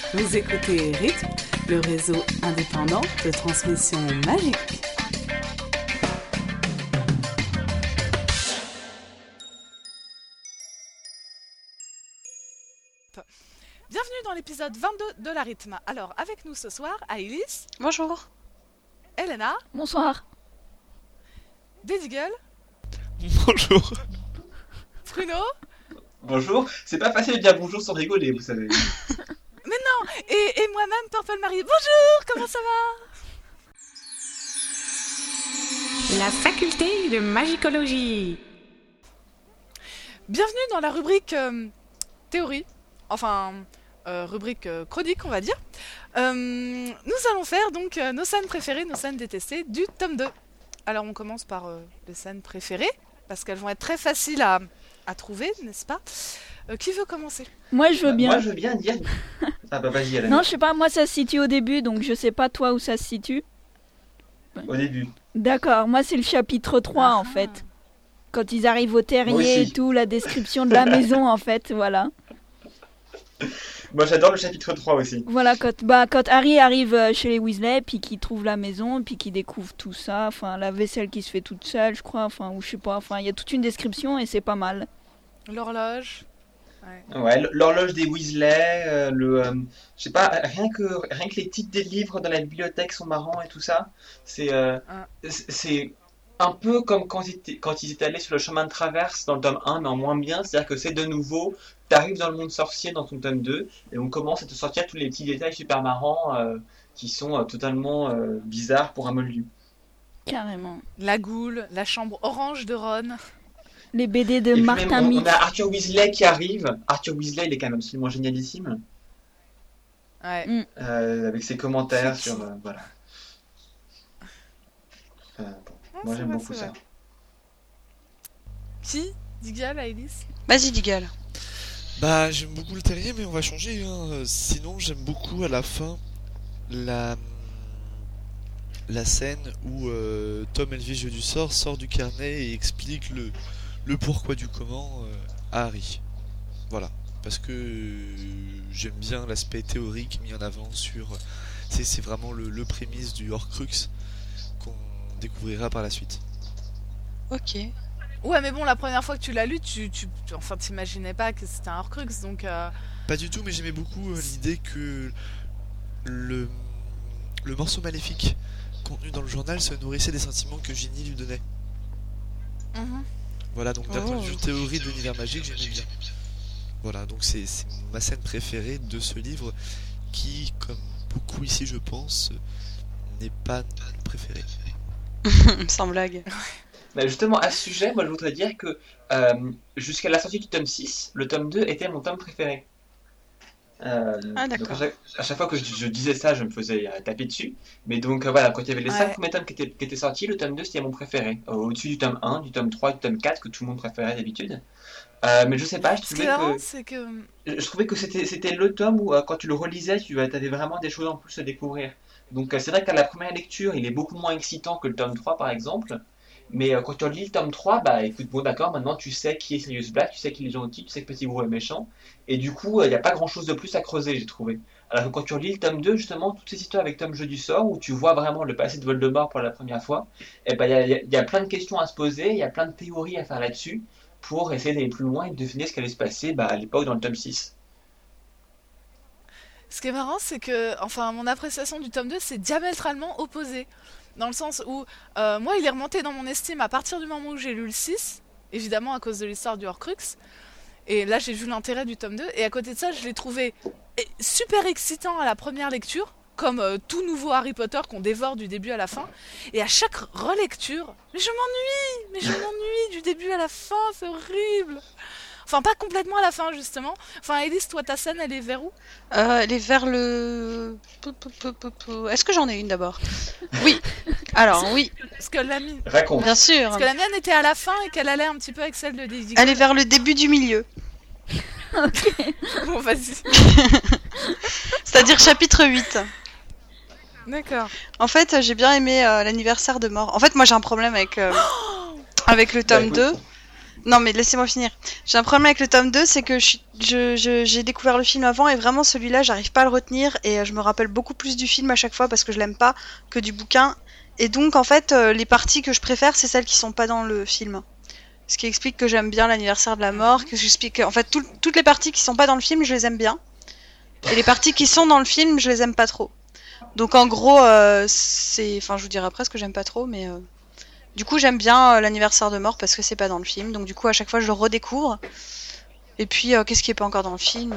Vous écoutez Rythme, le réseau indépendant de transmission magique. Bienvenue dans l'épisode 22 de la Rythme. Alors, avec nous ce soir, Aïlis. Bonjour. Elena. Bonsoir. Dédigle. Bonjour. Bruno. Bonjour. C'est pas facile de dire bonjour sans rigoler, vous savez. Mais non. Et moi-même, Purple Marie. Bonjour. Comment ça va? La faculté de magicologie. Bienvenue dans la rubrique théorie. Enfin, rubrique chronique, on va dire. Nous allons faire donc nos scènes préférées, nos scènes détestées du tome 2. Alors, on commence par les scènes préférées, parce qu'elles vont être très faciles à trouver, n'est-ce pas? Qui veut commencer? Moi, je veux bien. Moi, je veux bien dire... Ah bah vas-y, Alain. Non, je sais pas, moi ça se situe au début, donc je sais pas toi où ça se situe. Au début. D'accord, moi c'est le chapitre 3 en fait. Quand ils arrivent au terrier et tout, la description de la maison en fait, voilà. Moi j'adore le chapitre 3 aussi. Voilà, quand Harry arrive chez les Weasley, puis qu'il trouve la maison, puis qu'il découvre tout ça, enfin la vaisselle qui se fait toute seule, je crois, enfin, ou je sais pas, enfin il y a toute une description et c'est pas mal. L'horloge. Ouais, l'horloge des Weasley, je sais pas, rien que les titres des livres dans la bibliothèque sont marrants et tout ça. C'est un peu comme quand ils étaient allés sur le chemin de traverse dans le tome 1, mais en moins bien. C'est-à-dire que c'est de nouveau, t'arrives dans le monde sorcier dans ton tome 2, et on commence à te sortir tous les petits détails super marrants qui sont totalement bizarres pour un moldu. Carrément. La goule, la chambre orange de Ron. Les BD de Et Martin même, Meek. on a Arthur Weasley qui arrive. Arthur Weasley, il est quand même absolument génialissime. Ouais. Avec ses commentaires sur... voilà. Moi j'aime beaucoup ça. Qui? Digal, Aïlis? Vas-y, Digal. Bah, j'aime beaucoup le terrier, mais on va changer. Hein. Sinon, j'aime beaucoup à la fin la scène où Tom Elvis Jeu du sort sort du carnet et explique le pourquoi du comment à Harry. Voilà. Parce que j'aime bien l'aspect théorique mis en avant sur... C'est vraiment le prémisse du Horcrux qu'on découvrira par la suite. Ok. Ouais, mais bon, la première fois que tu l'as lu, enfin, t'imaginais pas que c'était un Horcrux, donc... Pas du tout, mais j'aimais beaucoup l'idée que le morceau maléfique contenu dans le journal se nourrissait des sentiments que Ginny lui donnait. Mhm. Voilà, donc d'un point de vue théorie de l'univers magique, j'aimais bien. Voilà, donc c'est ma scène préférée de ce livre qui, comme beaucoup ici je pense, n'est pas mon préféré. Sans blague. Bah justement, à ce sujet, moi je voudrais dire que jusqu'à la sortie du tome 6, le tome 2 était mon tome préféré. D'accord. Donc à chaque fois que je disais ça, je me faisais taper dessus. Mais donc voilà, quand il y avait les 5 premiers tomes qui étaient sortis, le tome 2 c'était mon préféré. Au-dessus du tome 1, du tome 3, du tome 4 que tout le monde préférait d'habitude. Mais je sais pas, je trouvais que c'était le tome où quand tu le relisais, tu avais vraiment des choses en plus à découvrir. Donc c'est vrai qu'à la première lecture, il est beaucoup moins excitant que le tome 3 par exemple. Mais quand tu relis le tome 3, bah écoute, bon d'accord, maintenant tu sais qui est Sirius Black, tu sais qu'il est gentil, tu sais que Petit Gros est méchant, et du coup, il n'y a pas grand chose de plus à creuser, j'ai trouvé. Alors que quand tu relis le tome 2, justement, toutes ces histoires avec Tom Jeu du Sort, où tu vois vraiment le passé de Voldemort pour la première fois, et ben il y a plein de questions à se poser, il y a plein de théories à faire là-dessus, pour essayer d'aller plus loin et de deviner ce qui allait se passer à l'époque dans le tome 6. Ce qui est marrant, c'est que, enfin, mon appréciation du tome 2, c'est diamétralement opposé. Dans le sens où, moi, il est remonté dans mon estime à partir du moment où j'ai lu le 6, évidemment à cause de l'histoire du Horcrux. Et là, j'ai vu l'intérêt du tome 2. Et à côté de ça, je l'ai trouvé super excitant à la première lecture, comme tout nouveau Harry Potter qu'on dévore du début à la fin. Et à chaque relecture, mais je m'ennuie du début à la fin, c'est horrible. Enfin, pas complètement à la fin, justement. Enfin, Elise, toi, ta scène, elle est vers où? Elle est vers le... Est-ce que j'en ai une d'abord? Oui. Alors, oui. Parce que la mienne... Raconte. Bien sûr. Parce que la mienne était à la fin et qu'elle allait un petit peu avec celle de Daisy. Elle est vers le début du milieu. Ok. Bon, vas-y. C'est-à-dire chapitre 8. D'accord. En fait, j'ai bien aimé l'anniversaire de mort. En fait, moi, j'ai un problème avec le tome 2. Non, mais laissez-moi finir. J'ai un problème avec le tome 2, c'est que j'ai découvert le film avant et vraiment celui-là, j'arrive pas à le retenir et je me rappelle beaucoup plus du film à chaque fois parce que je l'aime pas que du bouquin. Et donc, en fait, les parties que je préfère, c'est celles qui sont pas dans le film. Ce qui explique que j'aime bien l'anniversaire de la mort, que j'explique en fait toutes les parties qui sont pas dans le film, je les aime bien. Et les parties qui sont dans le film, je les aime pas trop. Donc en gros, enfin je vous dirai après ce que j'aime pas trop, mais du coup j'aime bien l'anniversaire de mort parce que c'est pas dans le film. Donc du coup à chaque fois je le redécouvre. Et puis qu'est-ce qui est pas encore dans le film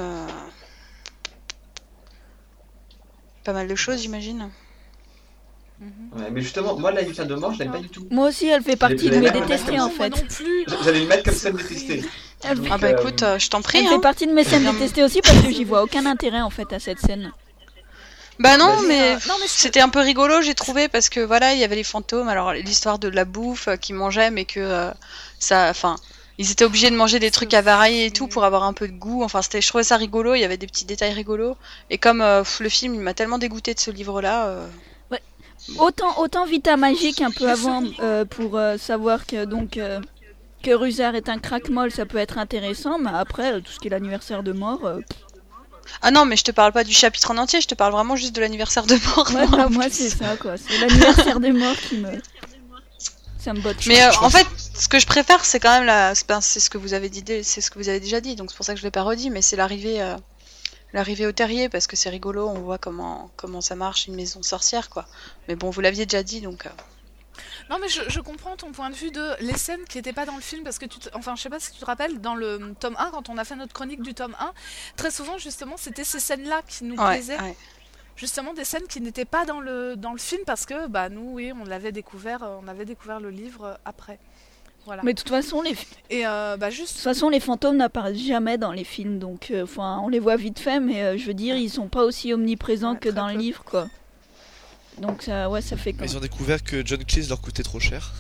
Pas mal de choses, j'imagine. Ouais, mais justement, moi, l'anniversaire de mort, je l'aime pas du tout. Moi aussi, elle fait partie de J'allais mes pas le mettre détestés comme en ça. Moi fait. non plus. J'allais le mettre comme scène détestée. Elle Donc, fait, Ah bah écoute, je t'en prie. elle Hein. fait partie de mes scènes détestées aussi parce que j'y vois aucun intérêt en fait à cette scène. Bah non, Vas-y. mais Non, mais c'était un peu rigolo, j'ai trouvé, parce que voilà, il y avait les fantômes. Alors l'histoire de la bouffe qu'ils mangeaient, mais que ça, enfin, ils étaient obligés de manger des trucs avariés et tout pour avoir un peu de goût. Enfin, je trouvais ça rigolo. Il y avait des petits détails rigolos. Et comme le film, il m'a tellement dégoûté de ce livre-là. Autant Vita Magique un peu avant pour savoir que donc que Rusard est un crack-molle, ça peut être intéressant, mais après tout ce qui est l'anniversaire de mort, Ah non, mais je te parle pas du chapitre en entier. Je te parle vraiment juste de l'anniversaire de mort. ouais, bah, moi c'est ça quoi, c'est l'anniversaire des morts qui me ça me botte. Mais en fait, ce que je préfère, c'est quand même c'est ce que vous avez dit, c'est ce que vous avez déjà dit. Donc c'est pour ça que je l'ai pas redit, mais c'est l'arrivée au terrier parce que c'est rigolo. On voit comment ça marche une maison sorcière quoi. Mais bon, vous l'aviez déjà dit donc. Non, mais je comprends ton point de vue de les scènes qui n'étaient pas dans le film parce que enfin, je sais pas si tu te rappelles, dans le tome 1, quand on a fait notre chronique du tome 1, très souvent, justement, c'était ces scènes-là qui nous plaisaient. Ouais. Justement, des scènes qui n'étaient pas dans le film parce que, bah, nous, oui, on avait découvert le livre après. Voilà. Mais de toute façon Et, bah, de juste. toute façon les fantômes n'apparaissent jamais dans les films, donc enfin on les voit vite fait, mais je veux dire ils sont pas aussi omniprésents Ouais, que très dans le peu. livre quoi. Donc ça, ouais, ça fait quand Ils ont découvert que John Cleese leur coûtait trop cher.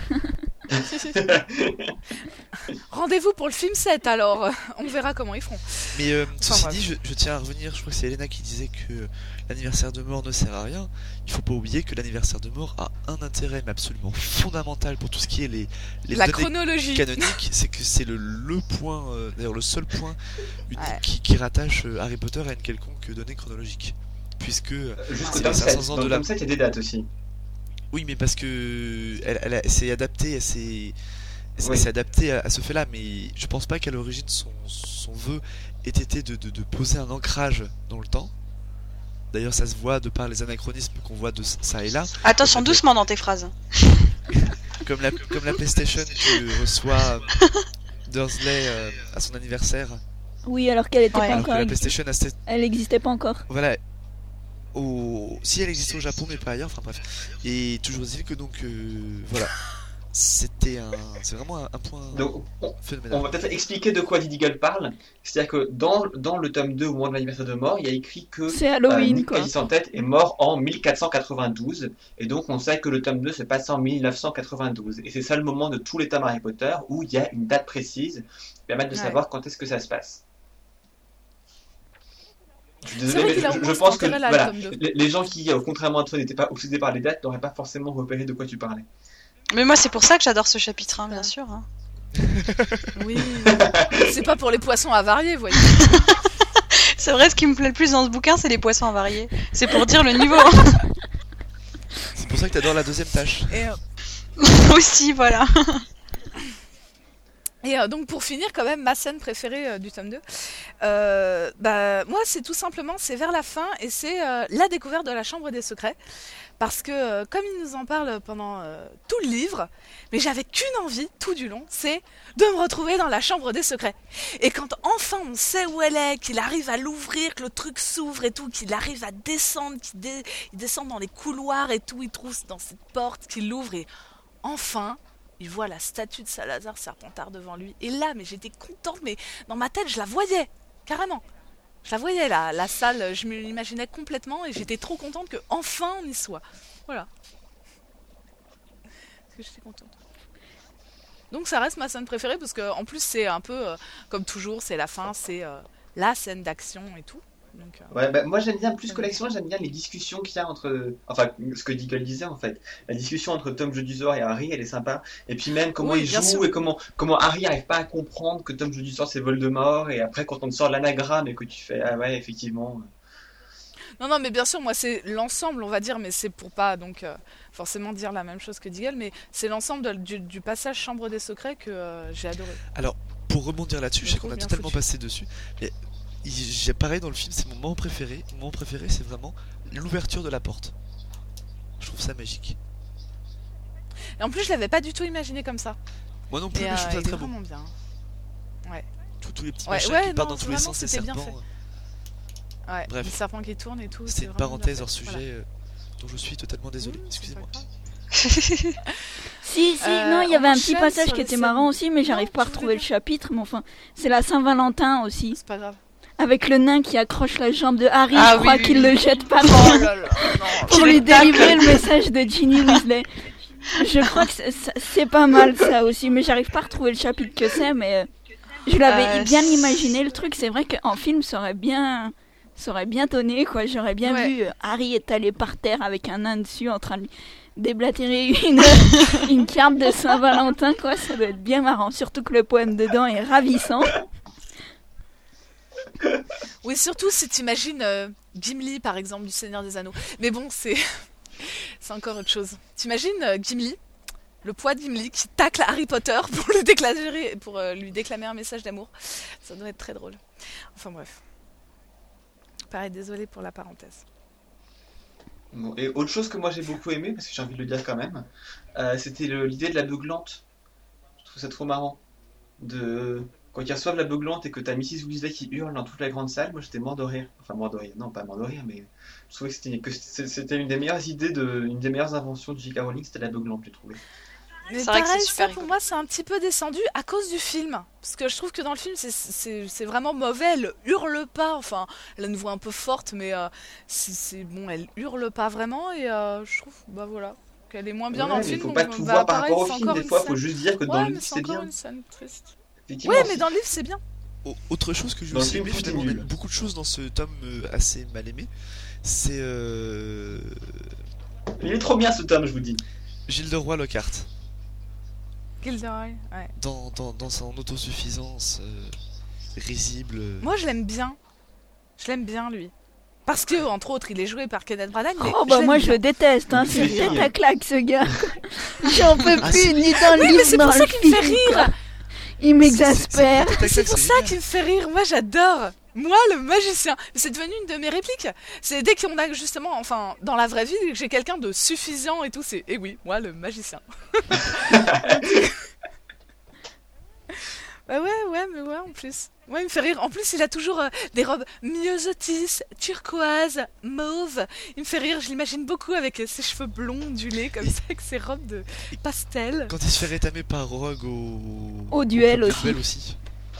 Rendez-vous pour le film 7 alors, on verra comment ils feront. Mais ceci bref. dit, je tiens à revenir, je crois que c'est Elena qui disait que l'anniversaire de mort ne sert à rien. Il faut pas oublier que l'anniversaire de mort a un intérêt mais absolument fondamental pour tout ce qui est les La données chronologie. canoniques, c'est que c'est le point, d'ailleurs le seul point unique Ouais. qui rattache Harry Potter à une quelconque donnée chronologique. Puisque Jusqu'au c'est tome les 7. 500 ans Dans de le la... tome 7, il y a des dates aussi. Oui, mais parce que elle s'est adaptée à ces... Oui. s'est adaptée à ce fait-là, mais je pense pas qu'à l'origine son vœu ait été de poser un ancrage dans le temps. D'ailleurs, ça se voit de par les anachronismes qu'on voit de ça et là. Attention Comme doucement dans tes phrases. comme la PlayStation que reçoit Dursley à son anniversaire. oui, alors qu'elle était Ouais. pas Alors que encore la PlayStation a elle existait pas encore. voilà. Si elle existait au Japon mais pas ailleurs, enfin bref. Et toujours est-il que donc voilà. C'est vraiment un point Donc, on phénoménal. va peut-être expliquer de quoi Lady Gull parle. C'est-à-dire que dans le tome 2, au moment de l'anniversaire de mort, il y a écrit que C'est Halloween Nick quoi. Cadiz en tête est mort en 1492. Et donc, on sait que le tome 2 se passe en 1992. Et c'est ça le moment de tous les tomes Harry Potter où il y a une date précise qui permet de Ouais. savoir quand est-ce que ça se passe. Je suis C'est désolé, vrai mais qu'il a au je moins pense cet que intérêt-là, le voilà, tome 2. les gens qui, contrairement à toi, n'étaient pas obsédés par les dates n'auraient pas forcément repéré de quoi tu parlais. Mais moi, c'est pour ça que j'adore ce chapitre 1, bien sûr. Hein. Oui. C'est pas pour les poissons avariés, voyez. C'est vrai, ce qui me plaît le plus dans ce bouquin, c'est les poissons avariés. C'est pour dire le niveau. C'est pour ça que t'adores la deuxième tâche. Aussi, voilà. Et donc pour finir quand même ma scène préférée du tome 2, bah, moi c'est tout simplement, c'est vers la fin et c'est la découverte de la chambre des secrets. Parce que comme il nous en parle pendant tout le livre, mais j'avais qu'une envie tout du long, c'est de me retrouver dans la chambre des secrets. Et quand enfin on sait où elle est, qu'il arrive à l'ouvrir, que le truc s'ouvre et tout, qu'il arrive à descendre, il descend dans les couloirs et tout, il trouve dans cette porte, qu'il l'ouvre et enfin... il voit la statue de Salazar Serpentard devant lui. Et là, mais j'étais contente, mais dans ma tête, je la voyais, carrément. Je la voyais, la salle, je me l'imaginais complètement et j'étais trop contente qu'enfin on y soit. Voilà. Parce que j'étais contente. Donc ça reste ma scène préférée parce que en plus c'est un peu, comme toujours, c'est la fin, c'est la scène d'action et tout. Donc, Ouais, bah, moi j'aime bien, plus que l'action, j'aime bien les discussions qu'il y a entre. Enfin, ce que Deagle disait en fait. La discussion entre Tom Jedusor et Harry, elle est sympa. Et puis même comment Oui, ils bien jouent sûr. et comment Harry arrive pas à comprendre que Tom Jedusor c'est Voldemort. Et après, quand on te sort l'anagramme et que tu fais ah ouais, effectivement. Non, mais bien sûr, moi c'est l'ensemble, on va dire, mais c'est pour pas donc forcément dire la même chose que Deagle, mais c'est l'ensemble du passage Chambre des Secrets que j'ai adoré. Alors, pour rebondir là-dessus, je sais qu'on a Bien totalement foutu. passé dessus, mais j'ai pareil dans le film, c'est mon moment préféré. Mon moment préféré, c'est vraiment l'ouverture de la porte. Je trouve ça magique. Et en plus, je l'avais pas du tout imaginé comme ça. Moi non plus, Et mais je trouve il ça est très beau. vraiment bien. Ouais, Tous les petits Ouais, machins ouais, qui partent non, dans tous les vraiment, sens, les c'était bien serpents. ouais. Bref. Les serpents qui tournent et tout. C'est une vraiment bien parenthèse fait. hors sujet Voilà. dont je suis totalement désolé. C'est Excusez-moi. pas grave. Si, non, il y avait on un petit enchaîne passage sur qui les était scènes. marrant aussi, mais j'arrive Non, pas à tu retrouver voulais le chapitre. Mais enfin, c'est la Saint-Valentin aussi, C'est pas grave. avec le nain qui accroche la jambe de Harry. Ah Je crois oui, qu'il oui. le jette pas Oh là là, non. pour lui délivrer le message de Ginny Weasley. Je crois que c'est pas mal ça aussi, mais j'arrive pas à retrouver le chapitre que c'est, mais je l'avais bien imaginé le truc. C'est vrai qu'en film, ça aurait bien donné, quoi. J'aurais bien Ouais. vu Harry étalé par terre avec un nain dessus en train de lui déblatérer une carte de Saint-Valentin, quoi. Ça doit être bien marrant, surtout que le poème dedans est ravissant. Oui, surtout si t'imagines Gimli, par exemple, du Seigneur des Anneaux. Mais bon, c'est encore autre chose. T'imagines Gimli, le poids de Gimli qui tacle Harry Potter pour lui déclamer un message d'amour. Ça doit être très drôle. Enfin bref. Pareil, désolé pour la parenthèse. Bon, et autre chose que moi j'ai beaucoup aimé, parce que j'ai envie de le dire quand même, c'était l'idée de la beuglante. Je trouve ça trop marrant. Quand ils reçoivent la beuglante et que t'as Mrs. Weasley qui hurle dans toute la grande salle, moi j'étais mort de rire. Enfin, mort de rire, non, pas mort de rire, mais je trouvais que c'était une des meilleures idées, une des meilleures inventions de J.K. Rowling, c'était la beuglante, j'ai trouvé. Mais C'est vrai que pareil, c'est super ça pour rigolo. moi c'est un petit peu descendu à cause du film. Parce que je trouve que dans le film c'est vraiment mauvais, elle hurle pas, enfin elle a une voix un peu forte mais bon, elle hurle pas vraiment et je trouve, bah voilà, qu'elle est moins bien dans le mais film. faut donc, pas tout bah, voir par pareil, rapport au c'est film, encore des une fois, scène. faut juste dire que dans Ouais, le mais livre c'est c'est encore bien. une scène triste. Effectivement, Ouais, mais dans le livre c'est bien. Autre chose que j'ai Dans le aussi film, aimé, tout est finalement, nul. mais beaucoup de choses dans ce tome assez mal aimé, c'est Il est trop bien ce tome, je vous dis. Gilderoy Lockhart. Gilderoy, ouais. Dans son autosuffisance risible. Moi je l'aime bien. Je l'aime bien lui. Parce que, entre autres, il est joué par Kenneth Branagh. Mais Oh bah l'aime moi bien. je le déteste, hein. C'est C'est une tête à claque ce gars. J'en peux Ah, plus, c'est- ni dans le Oui, livre, mais c'est dans pour ça le qu'il me fait film, rire. quoi. Il m'exaspère. C'est pour ça qu'il me fait rire. Moi, j'adore. Moi, le magicien. C'est devenu une de mes répliques. C'est dès qu'on a justement, enfin, dans la vraie vie, que j'ai quelqu'un de suffisant et tout, c'est eh oui, moi, le magicien. Bah ouais, mais ouais, en plus. Ouais, il me fait rire. En plus, il a toujours des robes myosotis, turquoise, mauve. Il me fait rire. Je l'imagine beaucoup avec ses cheveux blonds, ondulés, comme ça, avec ses robes de pastel. Quand il se fait rétamer par Rogue Au duel club de aussi. duel aussi.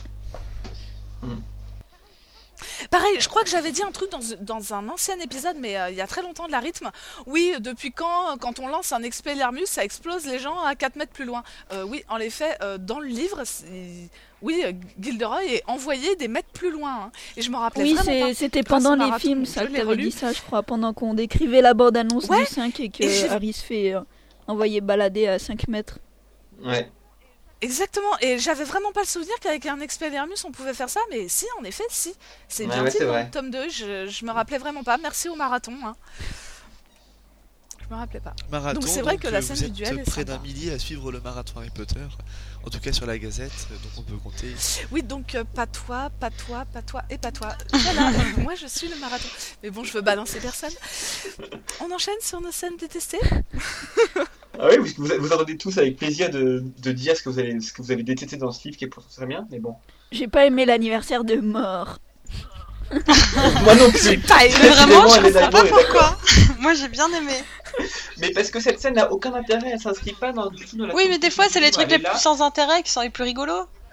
Pareil, je crois que j'avais dit un truc dans un ancien épisode, mais il y a très longtemps de la rythme. Oui, depuis quand on lance un Expelliarmus, ça explose les gens à 4 mètres plus loin. Oui, en effet, dans le livre, oui, Gilderoy est envoyé des mètres plus loin. Hein. Et je me rappelais Oui, vraiment pas. c'était Grâce pendant au les marathon, films, je ça que l'ai t'avais relu. dit ça, je crois, pendant qu'on décrivait la bande-annonce Ouais, du 5 et que et j'ai- Harry se fait envoyer balader à 5 mètres. Ouais. Exactement, et j'avais vraiment pas le souvenir qu'avec un Expelliarmus on pouvait faire ça, mais si, en effet, si. C'est Ouais, bien ouais, dit c'est dans vrai. le tome 2, je me rappelais vraiment pas. Merci au marathon. Hein. Je me rappelais pas. Marathon, Donc c'est vrai que la scène vous du duel êtes est près sympa. d'un millier à suivre le marathon Harry Potter, en tout cas sur la Gazette, donc on peut compter. Oui, donc pas toi et pas toi. Voilà, moi je suis le marathon. Mais bon, je veux balancer personne. On enchaîne sur nos scènes détestées. Ah oui, vous entendez tous avec plaisir de dire ce que vous avez détesté dans ce livre, qui est pourtant très bien, mais bon. J'ai pas aimé l'anniversaire de mort. Moi non plus. Mais vraiment, je Elle est comprends pas d'accord. pourquoi. Moi, j'ai bien aimé. Mais parce que cette scène n'a aucun intérêt, elle s'inscrit pas du tout dans la Oui, mais des fois, c'est les continuité trucs du les livre, elle est plus sans intérêt qui sont les plus rigolos.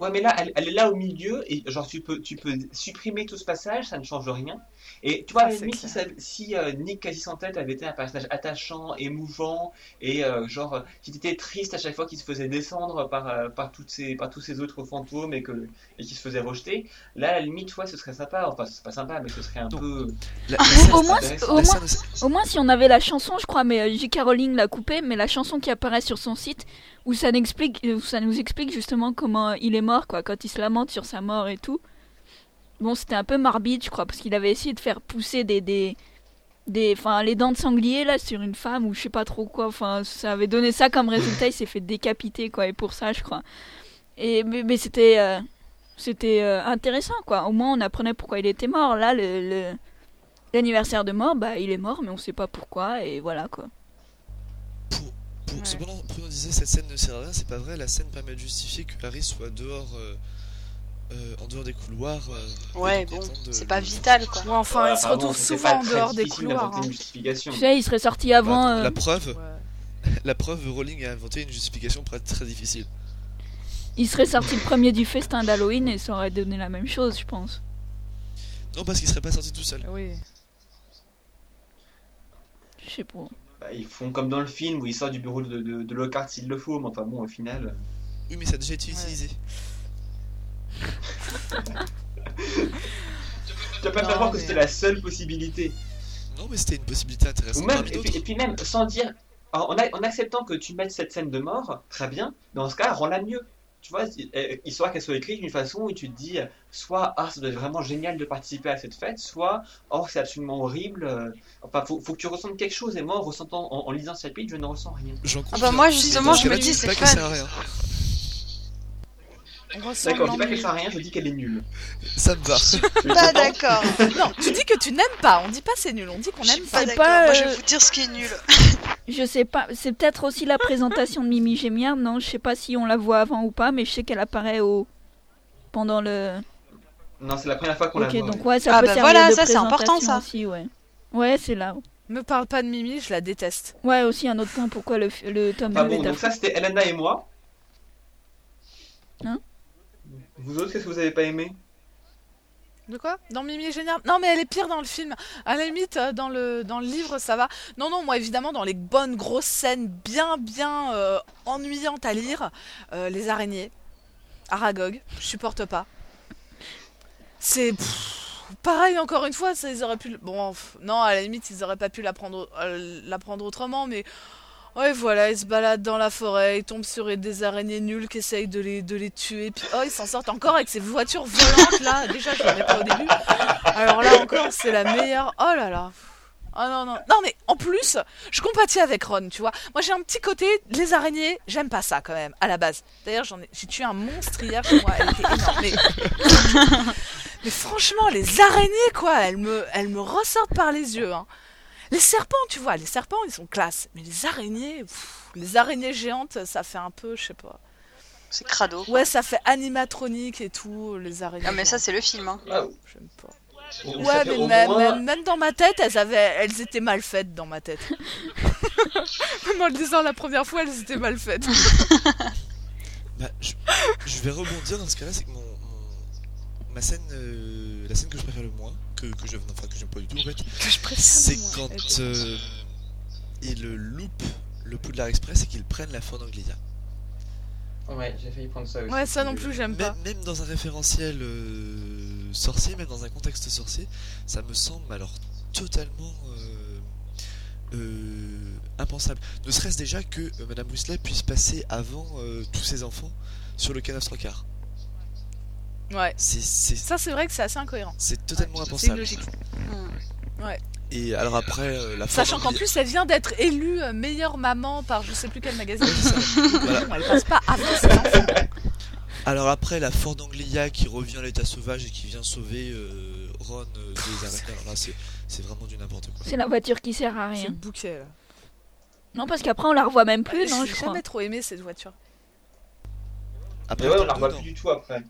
Ouais, mais là, elle est là au milieu, et genre, tu peux supprimer tout ce passage, ça ne change rien. Et tu vois, à la Ça, c'est limite, clair. si Nick Quasi sans tête avait été un personnage attachant, émouvant, et genre, qui était triste à chaque fois qu'il se faisait descendre par tous ces autres fantômes et qui se faisait rejeter, là, à la limite, ouais, ce serait sympa. Enfin, c'est pas sympa, mais ce serait un Non. peu. Au moins, intéressant. au moins, au moins, si on avait la chanson, je crois, mais J.K. Rowling l'a coupée, mais la chanson qui apparaît sur son site, où ça nous explique justement comment il est mort, quoi, quand il se lamente sur sa mort et tout. Bon, c'était un peu morbide, je crois, parce qu'il avait essayé de faire pousser les dents de sanglier là sur une femme ou je sais pas trop quoi. Enfin, ça avait donné ça comme résultat. Il s'est fait décapiter, quoi, et pour ça, je crois. Mais c'était intéressant, quoi. Au moins, on apprenait pourquoi il était mort. Là, l'anniversaire de mort, bah, il est mort, mais on sait pas pourquoi, et voilà, quoi. Ouais. Cependant, Bruno disait cette scène ne sert à rien, c'est pas vrai. La scène permet de justifier que Harry soit dehors, en dehors des couloirs. Ouais, et donc bon, il tente de c'est pas le- vital, quoi. Ouais, enfin, Ouais, il se apparemment, retrouve c'était souvent pas en très dehors des difficile couloirs. d'inventer Hein. une justification. Tu sais, il serait sorti avant. Bah, la preuve, Ouais. la preuve, Rowling a inventé une justification très difficile. Il serait sorti le premier du festin d'Halloween et ça aurait donné la même chose, je pense. Non, parce qu'il serait pas sorti tout seul. Oui. Je sais pas. Bah, ils font comme dans le film où il sort du bureau de Lockhart s'il le faut, mais enfin bon, au final. Oui, mais ça a déjà été Ouais. utilisé. Tu vas pas Non, faire voir que mais- c'était la seule possibilité. Non, mais c'était une possibilité Ou intéressante même, parmi d'autres. et puis même, sans dire. En acceptant que tu mettes cette scène de mort, très bien, mais dans ce cas, rends-la mieux. Tu vois, histoire qu'elle soit écrite d'une façon où tu te dis, soit, ah, ça doit être vraiment génial de participer à cette fête, soit, oh, c'est absolument horrible. Enfin, faut que tu ressentes quelque chose, et moi, en lisant ce chapitre, je ne ressens rien. J'en Ah conviens. bah moi, Mais justement, dans ce je me cas-là, dis, tu c'est dis pas qu'elle fun. sert à rien. On ressent D'accord, je dis pas qu'elle l'ennui. sert à rien, je dis qu'elle est nulle. Ça me va. Pas d'accord. Non, tu dis que tu n'aimes pas. On dit pas c'est nul. On dit qu'on Je suis n'aime pas pas. C'est d'accord. pas, Moi, je vais vous dire ce qui est nul. Je sais pas, c'est peut-être aussi la présentation de Mimi Gémiard, non, je sais pas si on la voit avant ou pas, mais je sais qu'elle apparaît pendant le... Non, c'est la première fois qu'on Ok, la voit. donc ouais, ça Ah peut bah servir voilà, de ça, c'est important, présentation ça. aussi, ouais. Ouais, c'est là. Me parle pas de Mimi, je la déteste. Ouais, aussi un autre point pourquoi le tome Enfin 2 bon, est donc ça c'était Elena et moi. Hein? Vous autres, qu'est-ce que vous avez pas aimé? De quoi? Dans Mimi est géniale. Non, mais elle est pire dans le film. À la limite, dans le livre, ça va. Non, moi, évidemment, dans les bonnes grosses scènes bien ennuyantes à lire, les araignées, Aragog, je supporte pas. C'est... pareil, encore une fois, ils auraient pu... Bon, non, à la limite, ils auraient pas pu la prendre autrement, mais... Ouais, voilà, ils se baladent dans la forêt, ils tombent sur des araignées nulles qui essayent de les tuer, puis oh, ils s'en sortent encore avec ces voitures volantes là. Déjà, je l'aimais pas au début. Alors là encore, c'est la meilleure. Oh là là. Oh non, mais en plus, je compatis avec Ron, tu vois. Moi, j'ai un petit côté, les araignées, j'aime pas ça quand même, à la base. D'ailleurs, j'ai tué un monstre hier chez moi, elle était énorme. Mais franchement, les araignées, quoi, elles me ressortent par les yeux, hein. Les serpents, tu vois, les serpents, ils sont classe. Mais les araignées géantes, ça fait un peu, je sais pas. C'est crado. Ouais, ça fait animatronique et tout, les araignées. Ah mais ça géantes. c'est le film. Hein. Ah, J'aime pas. ça Ouais, fait mais au même, moins- même dans ma tête, elles étaient mal faites dans ma tête. Même en le disant la première fois, elles étaient mal faites. Bah, je vais rebondir dans ce cas-là, c'est que ma scène, la scène que je préfère le moins, que j'aime pas du tout en fait, Que je préfère c'est le moins. quand ils loupent le Poudlard Express et qu'ils prennent la Ford Anglia. Ouais, j'ai failli prendre ça aussi. Ouais, ça non plus, j'aime pas. Même dans un référentiel sorcier, même dans un contexte sorcier, ça me semble alors totalement impensable. Ne serait-ce déjà que Madame Weasley puisse passer avant tous ses enfants sur le canal Strocard. Ouais. C'est Ça, c'est vrai que c'est assez incohérent. totalement C'est impensable. illogique. Et alors après, la Ford Sachant qu'en Anglia- plus, elle vient d'être élue meilleure maman par je sais plus quel magazine. Voilà. Non, elle passe pas avant ses enfants. Alors après, la Ford Anglia qui revient à l'état sauvage et qui vient sauver Ron des araignées. Alors là, c'est vraiment du n'importe quoi. C'est la voiture qui sert à C'est rien. le bouquet, là. Non, parce qu'après on la revoit même plus, non, je J'ai crois. jamais trop aimé cette voiture. Après, Mais ouais, le on la tome revoit 2, non. plus du tout après.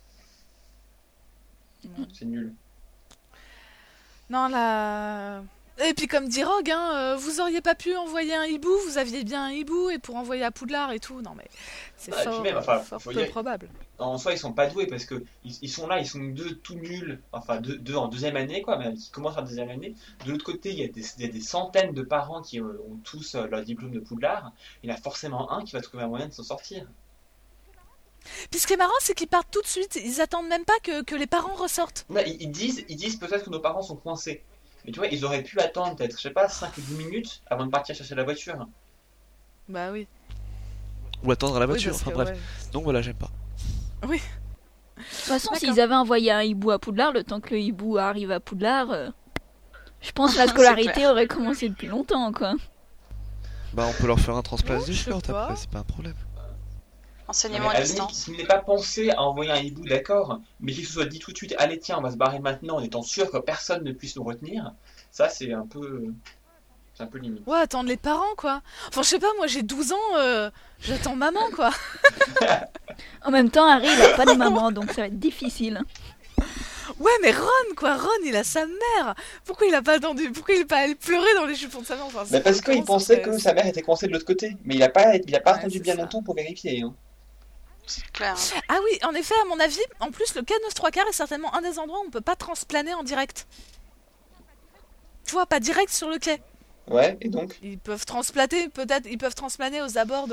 C'est nul. Non, la... Et puis comme dit Rogue, vous auriez pas pu envoyer un hibou, vous aviez bien un hibou, et pour envoyer à Poudlard et tout, non mais c'est fort peu probable. En soi, ils sont pas doués parce que ils sont là, ils sont deux tout nuls, enfin deux en deuxième année, quoi, mais qui commencent en deuxième année. De l'autre côté, il y a des centaines de parents qui ont tous leur diplôme de Poudlard. Il y en a forcément un qui va trouver un moyen de s'en sortir. Puis ce qui est marrant, c'est qu'ils partent tout de suite, ils attendent même pas que les parents ressortent. Non, ils disent peut-être que nos parents sont coincés. Mais tu vois, ils auraient pu attendre peut-être, je sais pas, 5 ou 10 minutes avant de partir chercher la voiture. Bah oui. Ou attendre à la voiture, enfin bref. Ouais. Donc voilà, j'aime pas. Oui. De toute façon, s'ils avaient envoyé un hibou à Poudlard, le temps que le hibou arrive à Poudlard, je pense que la scolarité aurait commencé depuis longtemps, quoi. Bah, on peut leur faire un transplant je du sais short pas. après, c'est pas un problème. Enseignement à distance. S'il n'est pas pensé à envoyer un hibou, d'accord, mais qu'il se soit dit tout de suite, allez tiens, on va se barrer maintenant en étant sûr que personne ne puisse nous retenir, ça c'est un peu limite. Ouais, attendre les parents, quoi. Enfin, je sais pas, moi j'ai 12 ans, j'attends maman, quoi. En même temps, Harry, il a pas de maman, donc ça va être difficile. Ouais, mais Ron, quoi, Ron, il a sa mère. Pourquoi il a pas attendu? Pourquoi il est pas allé pleurer dans les jupons de sa mère? Enfin, Mais parce qu'il pensait que sa mère était coincée de l'autre côté, mais il a pas attendu bien longtemps pour vérifier. Hein. C'est clair. Ah oui, en effet, à mon avis, en plus, le K9 3/4 est certainement un des endroits où on peut pas transplaner en direct. Tu vois, pas direct sur le quai. Ouais, et donc Ils peuvent transplaner, peut-être, ils peuvent transplaner aux abords de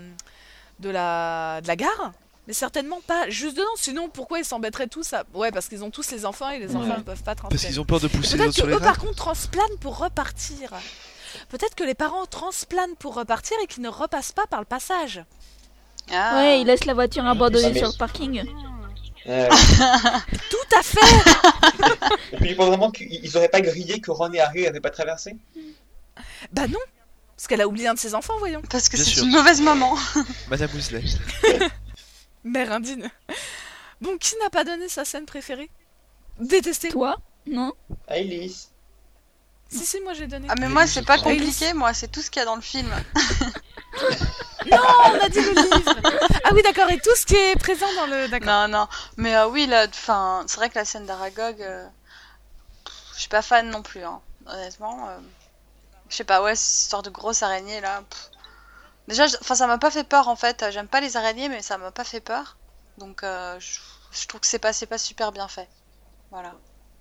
la gare, mais certainement pas juste dedans. Sinon, pourquoi ils s'embêteraient tous à... Ouais, parce qu'ils ont tous les enfants et les enfants ne peuvent pas transplaner. Parce qu'ils ont peur de pousser les Peut-être autres sur que les eux, par rails. contre, transplanent pour repartir. Peut-être que les parents transplanent pour repartir et qu'ils ne repassent pas par le passage. Ah. Ouais, il laisse la voiture abandonnée mais- sur le parking. Tout à fait. Et puis il pense vraiment qu'ils auraient pas grillé que Ron et Harry n'avaient pas traversé. Bah non, parce qu'elle a oublié un de ses enfants, voyons. Parce que Bien c'est sûr. une mauvaise maman. Madame Weasley. Mère indigne. Bon, qui n'a pas donné sa scène préférée? Détestée. Toi? Non? Alice. Si, moi j'ai donné. Ah mais moi c'est pas Alice. compliqué, moi c'est tout ce qu'il y a dans le film. Non, on a dit le livre. Ah oui, d'accord, et tout ce qui est présent dans le... D'accord. Non, mais oui, là, enfin, c'est vrai que la scène d'Aragog, je suis pas fan non plus, hein, honnêtement. Je sais pas, ouais, cette histoire de grosse araignée là. Déjà, ça m'a pas fait peur en fait. J'aime pas les araignées, mais ça m'a pas fait peur. Donc, je trouve que c'est pas super bien fait. Voilà.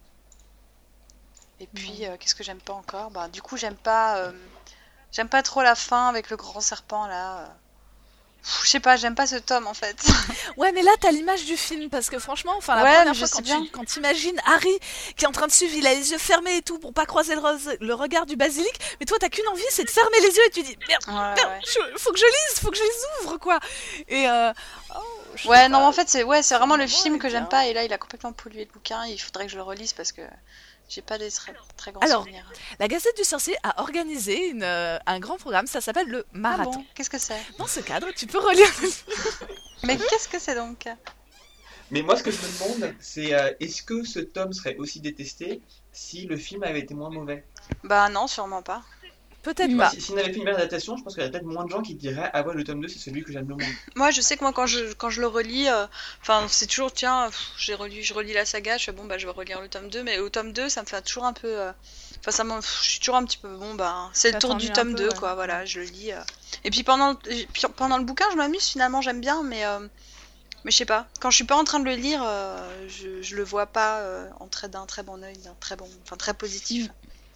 Et puis, qu'est-ce que j'aime pas encore? Bah, du coup, j'aime pas trop la fin avec le grand serpent là. Je sais pas, j'aime pas ce tome en fait. Ouais, mais là, t'as l'image du film, parce que franchement, enfin, la Ouais, première mais fois, je sais bien. quand t'imagines Harry qui est en train de suivre, il a les yeux fermés et tout, pour pas croiser le regard du basilic, mais toi, t'as qu'une envie, c'est de fermer les yeux, et tu dis, merde, Ouais. faut que je lise, faut que je les ouvre, quoi. Et, je sais Ouais, pas, non, mais en fait, c'est vraiment le moment film est que j'aime bien. pas, et là, il a complètement pollué le bouquin. Il faudrait que je le relise parce que j'ai pas des très grands Alors, souvenirs. La Gazette du Sorcier a organisé un grand programme, ça s'appelle le Ah Marathon. bon, qu'est-ce que c'est? Dans ce cadre, tu peux relire le Mais qu'est-ce que c'est donc? Mais moi, ce que je me demande, c'est est-ce que ce tome serait aussi détesté si le film avait été moins mauvais? Bah non, sûrement pas. Peut-être Bah, pas. S'il n'avait fait une meilleure adaptation, je pense qu'il y a peut-être moins de gens qui diraient ah ouais, le tome 2 c'est celui que j'aime le moins. Moi, je sais que moi, quand je le relis, enfin, c'est toujours, tiens, je relis la saga, je fais bon, bah, je vais relire le tome 2, mais au tome 2, ça me fait toujours un peu. Enfin, je suis toujours un petit peu, bon, bah, c'est le Ça tour du t'ennuie un tome peu, 2, ouais. quoi, voilà, je le lis. Et puis pendant le bouquin, je m'amuse, finalement, j'aime bien, mais je sais pas, quand je suis pas en train de le lire, je le vois pas d'un très bon œil, très positif.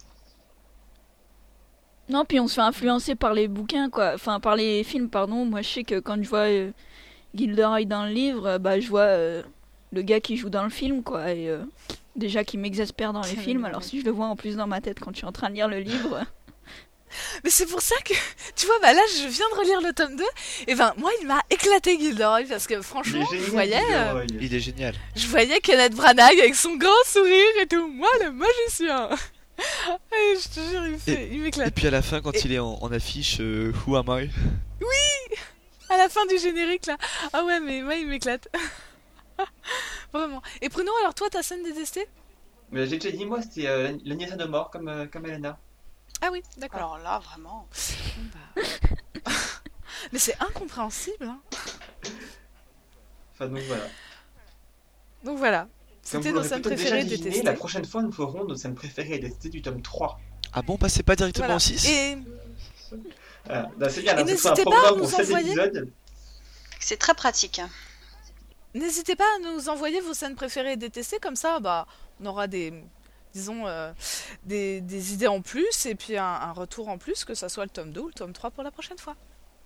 Non, puis on se fait influencer par les bouquins, quoi. Enfin, par les films, pardon. Moi, je sais que quand je vois Gilderoy dans le livre, bah, je vois le gars qui joue dans le film, quoi. Et déjà qui m'exaspère dans les films, alors si je le vois en plus dans ma tête quand je suis en train de lire le livre... Mais c'est pour ça que, tu vois, bah là, je viens de relire le tome 2, et ben, moi, il m'a éclaté Gilderoy, parce que franchement, Il est génial. je voyais Kenneth Branagh avec son grand sourire et tout, moi, le magicien. Et je te jure, il Et m'éclate. puis à la fin, quand il est en affiche Who Am I? À la fin du générique, là. Ah ouais, mais moi, il m'éclate. Vraiment. Et Bruno, alors toi, ta scène détestée? Mais j'ai déjà dit, moi, c'était l'anniversaire de mort, comme Elena. Ah oui, d'accord. Alors là, vraiment. Bah... Mais c'est incompréhensible, hein. Enfin, donc voilà. Donc voilà. Comme C'était vous nos l'aurez scènes peut-être déjà préférées deviné, détestées. la prochaine fois, nous ferons nos scènes préférées détestées du tome 3. Ah bon, passez pas directement au 6 Et C'est bien, Et c'est un n'hésitez pas à programme nous pour 16 envoyer. épisodes. C'est très pratique. n'hésitez pas à nous envoyer vos scènes préférées et détestées, comme ça, on aura disons, des idées en plus, et puis un retour en plus, que ça soit le tome 2 ou le tome 3 pour la prochaine fois.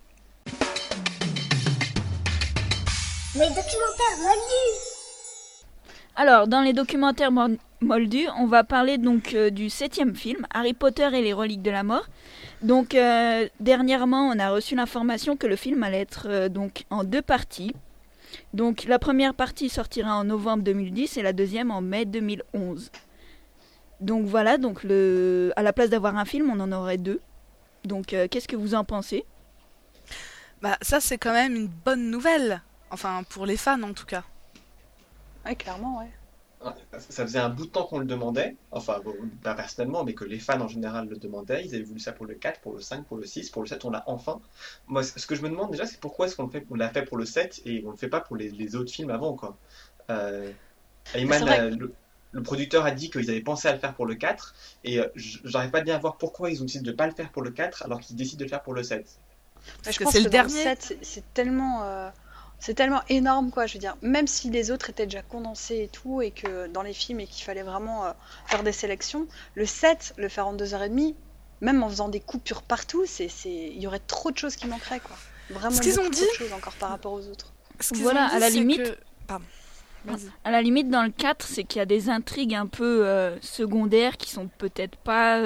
Les documentaires moldus. Alors, dans les documentaires moldus, on va parler donc du 7e film, Harry Potter et les reliques de la mort. Donc, dernièrement, on a reçu l'information que le film allait être donc en 2 parties. Donc, la première partie sortira en novembre 2010 et la deuxième en mai 2011. Donc voilà, donc à la place d'avoir un film, on en aurait 2. Donc, qu'est-ce que vous en pensez ? Ça, c'est quand même une bonne nouvelle. Enfin, pour les fans, en tout cas. Ouais, clairement, ouais. Ça faisait un bout de temps qu'on le demandait, enfin bon, pas personnellement, mais que les fans en général le demandaient. Ils avaient voulu ça pour le 4, pour le 5, pour le 6, pour le 7, on l'a enfin. Moi, ce que je me demande déjà, c'est pourquoi est-ce on l'a fait pour le 7 et on le fait pas pour les autres films avant, quoi. Ayman, le producteur a dit qu'ils avaient pensé à le faire pour le 4, et j'arrive pas bien à voir pourquoi ils ont décidé de pas le faire pour le 4 alors qu'ils décident de le faire pour le 7. Parce je que pense c'est que le dans le dernier. 7, c'est tellement énorme, quoi. Je veux dire, même si les autres étaient déjà condensés et tout, et que dans les films, et qu'il fallait vraiment faire des sélections, le 7, le faire en 2h30, même en faisant des coupures partout, il y aurait trop de choses qui manqueraient, quoi. Vraiment Ce qu'ils ont beaucoup dit- trop de choses encore par rapport aux autres. Ce qu'ils Voilà, ont dit, à la c'est limite- que- Pardon. Vas-y. À la limite, dans le 4, c'est qu'il y a des intrigues un peu secondaires qui sont peut-être pas,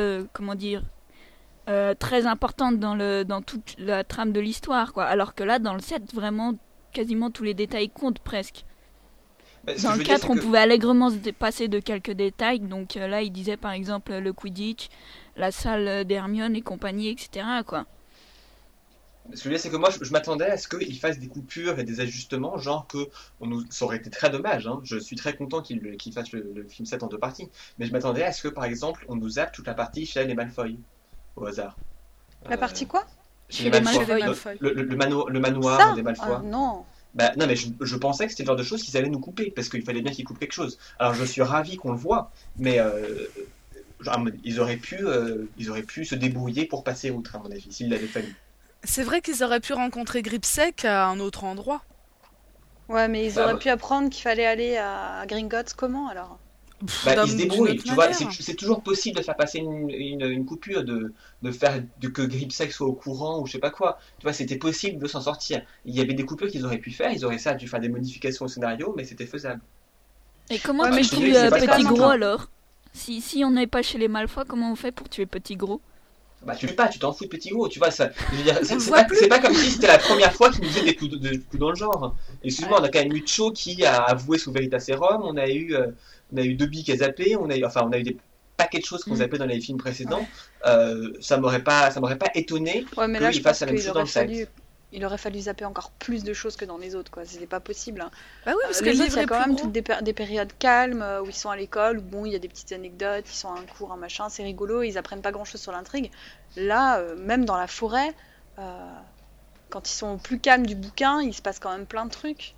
très importantes dans toute la trame de l'histoire, quoi. Alors que là, dans le 7, vraiment, quasiment tous les détails comptent presque. Dans le 4, on pouvait allègrement se passer de quelques détails. Donc là, il disait par exemple le Quidditch, la salle d'Hermione et compagnie, etc., quoi. Ce que je veux dire, c'est que moi, je m'attendais à ce qu'ils fassent des coupures et des ajustements, genre que ça aurait été très dommage. Hein. Je suis très content qu'ils fassent le film 7 en 2 parties. Mais je m'attendais à ce que, par exemple, on nous zappe toute la partie chez les Malfoy, au hasard. La partie quoi ? Chez Chez les les Malfoy. Malfoy. Le manoir Ça des Malfoy. Non. Non, mais je pensais que c'était le genre de choses qu'ils allaient nous couper, parce qu'il fallait bien qu'ils coupent quelque chose. Alors je suis ravi qu'on le voit, mais ils auraient pu se débrouiller pour passer outre, à mon avis, s'il l'avait fallu. C'est vrai qu'ils auraient pu rencontrer Gripsec à un autre endroit. Ouais, mais ils Bah, auraient pu apprendre qu'il fallait aller à Gringotts comment, alors ? Ils se D'une débrouillent, autre tu vois, manière. c'est toujours possible de faire passer une coupure, de faire que Gripsec soit au courant ou je sais pas quoi. Tu vois, c'était possible de s'en sortir. Il y avait des coupures qu'ils auraient pu faire, ils auraient ça dû faire des modifications au scénario, mais c'était faisable. Et comment Ouais, mais tu je tues trouve que c'est pas Petit grave, Gros hein. alors si on n'est pas chez les Malfoy, comment on fait pour tuer Petit Gros ? Bah tu t'en fous de Petit Gros, tu vois, ça, je veux dire, On le c'est voit c'est pas comme si c'était la première fois qu'il nous faisait des coups dans le genre. Excuse-moi, on a quand même eu Cho qui a avoué sous Veritaserum, on a eu Dobby qui a zappé, on a eu des paquets de choses qu'on zappait dans les films précédents. Ça m'aurait pas étonné Ouais, mais là, je qu'il pense fasse la même qu'il chose dans aurait le 7. fallu... Il aurait fallu zapper encore plus de choses que dans les autres, quoi. C'était pas possible. Hein. Bah oui, parce que Les le autres, il y livre a est quand plus même gros. toutes des périodes calmes où ils sont à l'école, où bon, il y a des petites anecdotes, ils sont à un cours, un machin, c'est rigolo, ils apprennent pas grand chose sur l'intrigue. Là, même dans la forêt, quand ils sont au plus calme du bouquin, il se passe quand même plein de trucs.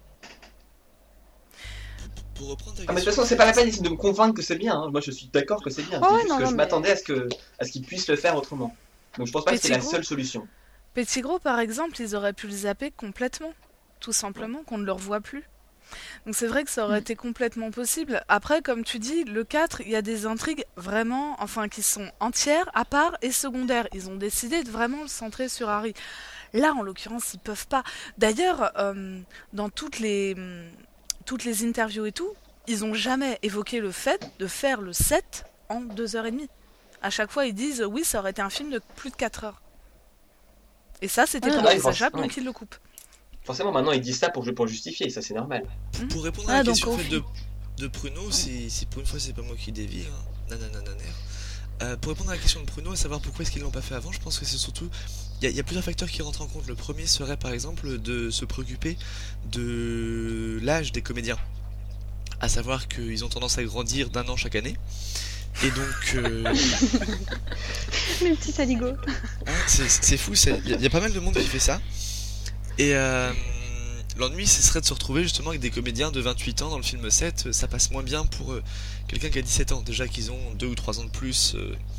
Pour reprendre ta Ah, mais de toute question, façon, c'est pas la peine d'essayer de me convaincre que c'est bien. Hein. Moi, je suis d'accord que c'est bien. Ouais, C'est ouais, juste non, que non, je mais- m'attendais à ce qu'ils puissent le faire autrement. Donc, je pense pas que c'est la Petit seule solution. Petit Gros, par exemple, ils auraient pu le zapper complètement. Tout simplement, qu'on ne le revoit plus. Donc c'est vrai que ça aurait été complètement possible. Après, comme tu dis, le 4, il y a des intrigues vraiment, enfin, qui sont entières, à part et secondaires. Ils ont décidé de vraiment le centrer sur Harry. Là, en l'occurrence, ils peuvent pas. D'ailleurs, dans toutes les interviews et tout, ils ont jamais évoqué le fait de faire le 7 en 2h30. À chaque fois, ils disent oui, ça aurait été un film de plus de 4 heures. Et ça, c'était pas ouais, envisageable, ouais. donc ils le coupent. Forcément, maintenant, ils disent ça pour justifier, ça c'est normal. pour répondre à Ah, la donc question au en fait, de Pruno, si pour une fois c'est pas moi qui dévie, hein. Nananananer. Pour répondre à la question de Pruno, à savoir pourquoi est-ce qu'ils l'ont pas fait avant, je pense que c'est surtout il y a plusieurs facteurs qui rentrent en compte. Le premier serait par exemple de se préoccuper de l'âge des comédiens, à savoir qu'ils ont tendance à grandir d'1 an chaque année. Et donc, Les petits saligots. c'est fou, il y a pas mal de monde qui fait ça. Et l'ennui, ce serait de se retrouver justement avec des comédiens de 28 ans dans le film 7. Ça passe moins bien pour quelqu'un qui a 17 ans. Déjà qu'ils ont 2 ou 3 ans de plus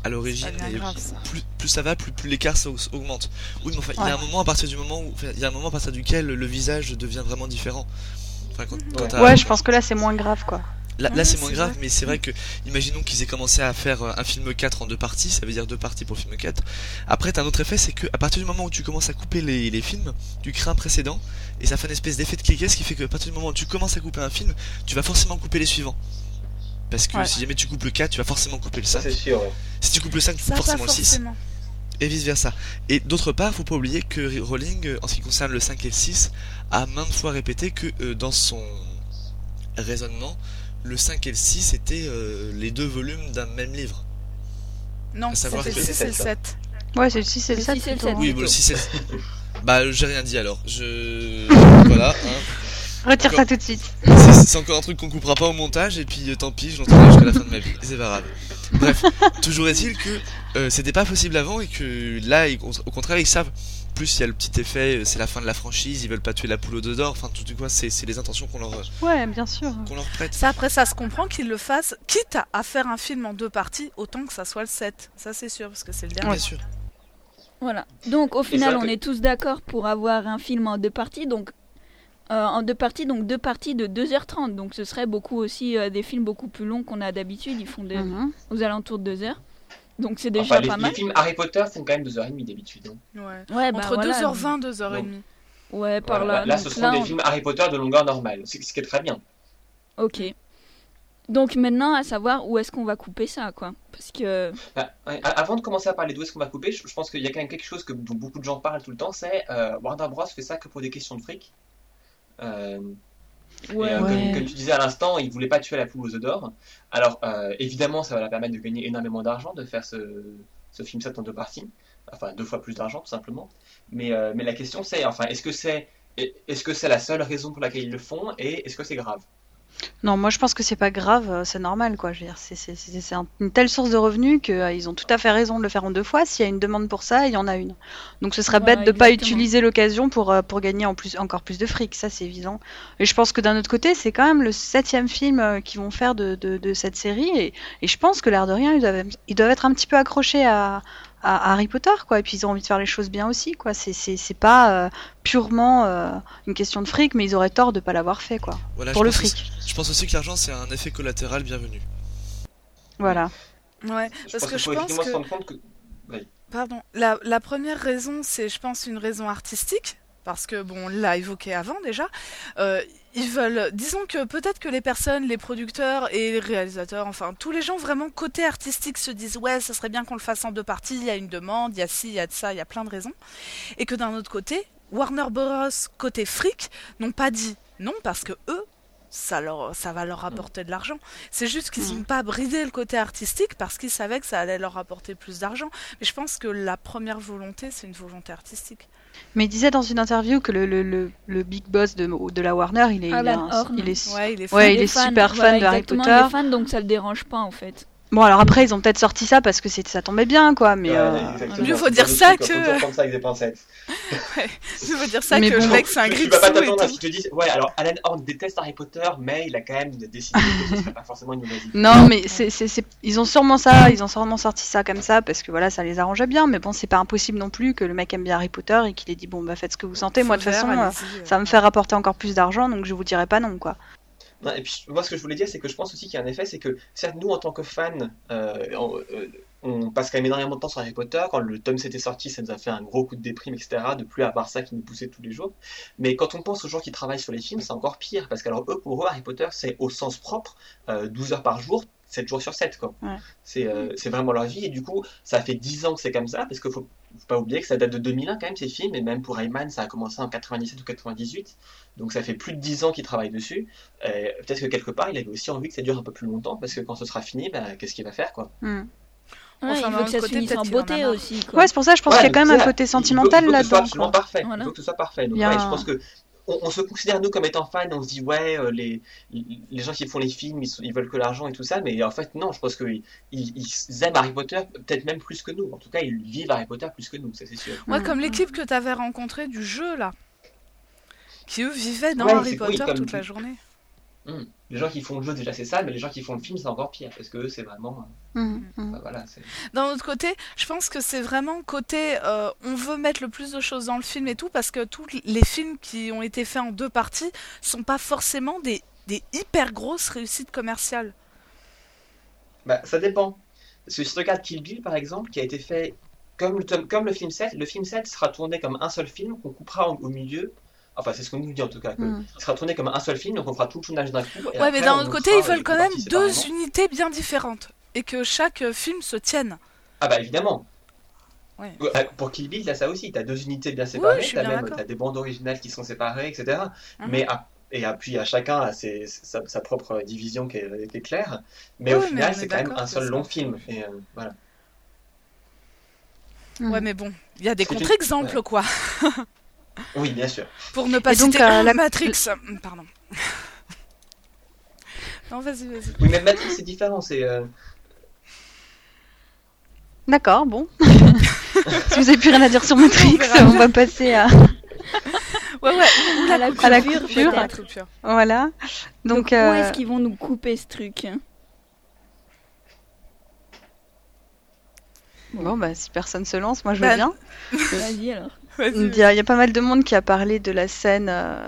à l'origine, Ça devient et grave, ça. plus ça va, plus l'écart augmente. Oui, mais enfin, il y a un moment à partir du moment où, enfin, il y a un moment à partir duquel le visage devient vraiment différent. Enfin, quand t'as- Ouais, je pense que là c'est moins grave quoi. Là, Ouais, c'est moins c'est grave, vrai. mais c'est vrai que, imaginons qu'ils aient commencé à faire un film 4 en 2 parties, ça veut dire 2 parties pour le film 4. Après, t'as un autre effet, c'est que à partir du moment où tu commences à couper les films, tu crées un précédent, et ça fait une espèce d'effet de cliquet, ce qui fait que à partir du moment où tu commences à couper un film, tu vas forcément couper les suivants. Parce que Ouais. si jamais tu coupes le 4, tu vas forcément couper le Ça 5. c'est sûr. Ouais. Si tu coupes le 5, tu Ça, coupes pas forcément le 6. forcément. Et vice versa. Et d'autre part, faut pas oublier que Rowling, en ce qui concerne le 5 et le 6, a maintes fois répété que dans son raisonnement, le 5 et le 6 étaient les 2 volumes d'un même livre. Non, À savoir c'était le que- 6 et le 7. Ouais, c'est le 6 et le Le 7 6 et le plutôt, 7. hein. Oui, bon, le 6 et le... Bah, j'ai rien dit alors. Voilà. Hein. Retire Encore- ça tout de suite. C'est encore un truc qu'on coupera pas au montage, et puis tant pis, je l'entendrai jusqu'à la fin de ma vie. C'est pas grave. Bref, toujours est-il que c'était pas possible avant, et que là, au contraire, ils savent. Plus il y a le petit effet, c'est la fin de la franchise, ils veulent pas tuer la poule aux œufs d'or, enfin tout quoi, c'est les intentions qu'on leur Ouais, bien sûr. prête. Ça, après, ça se comprend qu'ils le fassent, quitte à faire un film en 2 parties, autant que ça soit le 7. Ça, c'est sûr, parce que c'est le dernier. Bien sûr. Voilà. Donc au final, ça on peut- est tous d'accord pour avoir un film en 2 parties. Donc en 2 parties, donc 2 parties de 2h30. Donc ce serait beaucoup aussi des films beaucoup plus longs qu'on a d'habitude. Ils font Mhm. aux alentours de 2 heures. Donc c'est déjà Enfin, pas les mal. films Harry Potter c'est quand même 2h30 d'habitude. Hein. Ouais. Ouais, bah Entre voilà. 2h20, 2h30. Ouais, par Voilà, là. là Donc ce seront là, des on- films Harry Potter de longueur normale, ce qui est très bien. Ok. Donc maintenant, à savoir où est-ce qu'on va couper ça, quoi. Parce que Bah, ouais, avant de commencer à parler d'où est-ce qu'on va couper, je pense qu'il y a quand même quelque chose dont beaucoup de gens parlent tout le temps, c'est Warner Bros fait ça que pour des questions de fric. ouais, Et, Ouais. comme tu disais à l'instant, ils voulaient pas tuer la poule aux œufs d'or. Alors évidemment, ça va leur permettre de gagner énormément d'argent de faire ce film 7 en 2 parties, enfin 2 fois plus d'argent tout simplement. Mais la question c'est, enfin, est-ce que c'est la seule raison pour laquelle ils le font, et est-ce que c'est grave? Non, moi je pense que c'est pas grave, c'est normal quoi. Je veux dire, c'est une telle source de revenus qu'ils ont tout à fait raison de le faire en 2 fois. S'il y a une demande pour ça, il y en a une. Donc ce serait Voilà, bête de pas exactement. utiliser l'occasion pour gagner encore plus de fric, ça c'est évident. Et je pense que d'un autre côté, c'est quand même le 7e film qu'ils vont faire de cette série, et je pense que l'air de rien, ils doivent être un petit peu accrochés à Harry Potter quoi, et puis ils ont envie de faire les choses bien aussi quoi. C'est pas purement une question de fric, mais ils auraient tort de pas l'avoir fait quoi, Voilà, pour le pense fric. aussi- je pense aussi que l'argent c'est un effet collatéral bienvenu. Voilà. Ouais, Je parce pense que qu'il je faut pense effectivement se que... rendre compte que... Pardon. La première raison, c'est, je pense, une raison artistique. Parce que, bon, on l'a évoqué avant déjà. Ils veulent... Disons que peut-être que les personnes, les producteurs et les réalisateurs, enfin, tous les gens vraiment côté artistique se disent « Ouais, ça serait bien qu'on le fasse en 2 parties, il y a une demande, il y a ci, il y a de ça, il y a plein de raisons. » Et que d'un autre côté, Warner Bros. Côté fric, n'ont pas dit non parce que eux, ça va leur rapporter de l'argent. C'est juste qu'ils n'ont pas bridé le côté artistique parce qu'ils savaient que ça allait leur rapporter plus d'argent. Mais je pense que la première volonté, c'est une volonté artistique. Mais il disait dans une interview que le big boss de la Warner, il est Alan Horn. il est Ouais, il est Ouais, fan. il est fan, super voilà, fan de Harry exactement, Potter. Il est fan, donc ça le dérange pas en fait. Bon, alors après, ils ont peut-être sorti ça parce que ça tombait bien, quoi, mais exactement. Mieux faut dire ça que- Faut toujours prendre ça avec des pincettes. Je veux dire ça Mais que bon, le mec, c'est un Tu grip vas pas sous et t'attendre à ce tout. qu'ils te disent, ouais, alors Alan Horn déteste Harry Potter, mais il a quand même décidé que ce serait pas forcément une mauvaise idée. non, mais ils ont sûrement sorti ça comme ça parce que voilà, ça les arrangeait bien, mais bon, c'est pas impossible non plus que le mec aime bien Harry Potter et qu'il ait dit bon, bah faites ce que vous sentez, moi de toute façon, ça va me faire rapporter encore plus d'argent, donc je vous dirai pas non, quoi. Non, et puis moi ce que je voulais dire c'est que je pense aussi qu'il y a un effet, c'est que certes nous en tant que fans on passe quand même énormément de temps sur Harry Potter. Quand le tome 7 est sorti, ça nous a fait un gros coup de déprime, etc., de plus avoir ça qui nous poussait tous les jours. Mais quand on pense aux gens qui travaillent sur les films, c'est encore pire, parce qu'alors pour eux Harry Potter c'est au sens propre 12 heures par jour, 7 jours sur 7 quoi. Ouais. C'est vraiment leur vie, et du coup ça fait 10 ans que c'est comme ça, parce qu'il faut pas oublier que ça date de 2001 quand même ces films, et même pour Rayman ça a commencé en 97 ou 98, donc ça fait plus de 10 ans qu'il travaille dessus. Peut-être que quelque part il avait aussi envie que ça dure un peu plus longtemps, parce que quand ce sera fini, bah, qu'est-ce qu'il va faire quoi. Ouais, Enfin, il d'un veut que ça autre se côté, finisse en peut-être qu'il en a beauté marre. aussi. Quoi. Ouais, c'est pour ça, je pense Ouais, qu'il y a quand même mais un ça, côté il sentimental faut que ce soit là-dedans, absolument quoi. parfait. Voilà. Il faut que ce soit parfait. Donc, Il y a ouais, un- je pense que on se considère nous comme étant fans, on se dit ouais, les gens qui font les films, ils veulent que l'argent et tout ça, mais en fait non, je pense qu'ils aiment Harry Potter peut-être même plus que nous. En tout cas, ils vivent Harry Potter plus que nous, ça c'est sûr. Ouais, comme l'équipe que t'avais rencontrée du jeu, là. Qui, eux, vivaient dans Ouais, Harry c'est- Potter oui, comme- toute la journée. Les gens qui font le jeu, déjà c'est ça, mais les gens qui font le film, c'est encore pire, parce que eux, c'est vraiment... voilà, c'est... D'un autre côté, je pense que c'est vraiment côté on veut mettre le plus de choses dans le film et tout, parce que tous les films qui ont été faits en 2 parties sont pas forcément des hyper grosses réussites commerciales. Bah, ça dépend. Parce que si tu regardes Kill Bill, par exemple, qui a été fait comme le film 7, le film 7 sera tourné comme un seul film qu'on coupera au milieu. Enfin, c'est ce qu'on nous dit en tout cas. Il sera tourné comme un seul film, donc on fera tout le tournage d'un coup. Et ouais, après, mais d'un on autre côté, fera ils veulent quand même parties 2 séparément. unités bien différentes. Et que chaque film se tienne. Ah bah évidemment. Ouais. Pour Kill Bill, t'as ça aussi. T'as 2 unités bien séparées. je suis bien d'accord. T'as des bandes originales qui sont séparées, etc. Mais puis à chacun a sa propre division qui est claire. Mais au final, c'est quand même un seul long film. Et voilà. Ouais, mais bon, il y a des contre-exemples, quoi. Oui, bien sûr. Pour ne pas Et donc, citer la Matrix. Pardon. Non, vas-y. Oui, mais Matrix, c'est différent. C'est... D'accord, bon. Si vous avez plus rien à dire sur Matrix, on va passer à... Ouais, ou à la coupure. peut-être. Voilà. Donc où est-ce qu'ils vont nous couper ce truc? Bon, bah, si personne se lance, moi je veux bien. Vas-y alors. Il y a pas mal de monde qui a parlé de la scène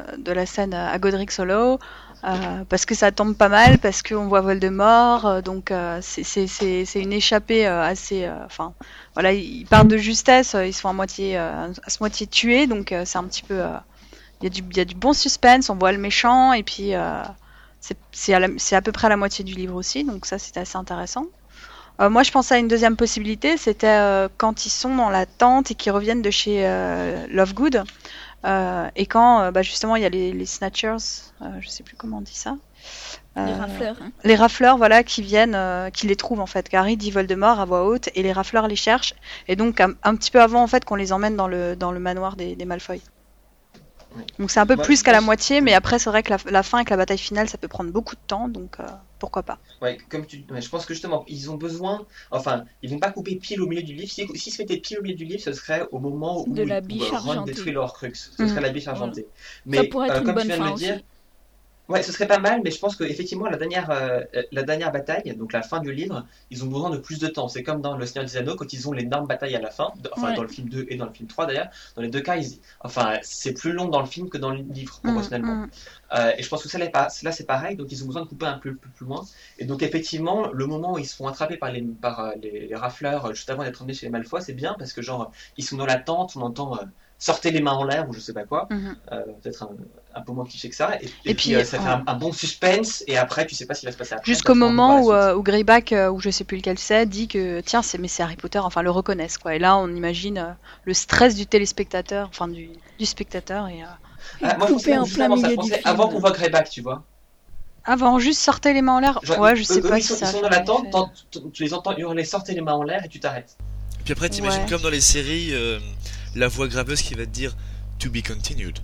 à Godric Hollow, parce que ça tombe pas mal, parce qu'on voit Voldemort, donc c'est une échappée assez... Enfin, voilà, ils partent de justesse, ils sont à se moitié tués, donc c'est un petit peu... Il y a du bon suspense, on voit le méchant, et puis c'est à peu près à la moitié du livre aussi, donc ça c'était assez intéressant. Moi, je pensais à une deuxième possibilité, c'était quand ils sont dans la tente et qu'ils reviennent de chez Lovegood, et quand justement il y a les Snatchers, je sais plus comment on dit ça. Les rafleurs. Hein. Les rafleurs, voilà, qui viennent, qui les trouvent en fait. Harry dit Voldemort à voix haute et les rafleurs les cherchent. Et donc un petit peu avant en fait qu'on les emmène dans le manoir des Malfoy. Donc c'est un peu plus qu'à la moitié, mais après c'est vrai que la fin avec la bataille finale, ça peut prendre beaucoup de temps, donc pourquoi pas. Ouais, je pense que justement, ils ont besoin... Enfin, ils vont pas couper pile au milieu du livre. Si se mettaient pile au milieu du livre, ce serait au moment où Ron détruit le Horcrux. Ce serait la biche argentée. Voilà. Ça pourrait être une comme bonne tu viens de fin le dire, aussi. ouais, ce serait pas mal, mais je pense qu'effectivement, la dernière bataille, donc la fin du livre, ils ont besoin de plus de temps. C'est comme dans Le Seigneur des Anneaux, quand ils ont l'énorme bataille à la fin, dans le film 2 et dans le film 3 d'ailleurs, dans les deux cas, c'est plus long dans le film que dans le livre, proportionnellement. Et je pense que là, c'est pareil, donc ils ont besoin de couper un peu plus loin. Et donc, effectivement, le moment où ils se font attraper par les rafleurs, juste avant d'être emmenés chez les Malfoy, c'est bien, parce que genre, ils sont dans la tente, on entend... sortez les mains en l'air ou je sais pas quoi, peut-être un peu moins cliché que ça, et puis ça fait un bon suspense, et après tu sais pas ce qui va se passer après. Jusqu'au moment où Greyback, ou je sais plus lequel c'est, dit que tiens c'est Harry Potter, enfin le reconnaissent quoi, et là on imagine le stress du téléspectateur, enfin du spectateur, et moi je pensais justement ça, je pensais avant qu'on voit Greyback, tu vois. Avant, juste sortez les mains en l'air. Genre, ouais, je sais pas si ça. Ils sont dans la tente, tu les entends hurler sortez les mains en l'air et tu t'arrêtes. Puis après, t'imagines comme dans les séries, la voix graveuse qui va te dire To be continued.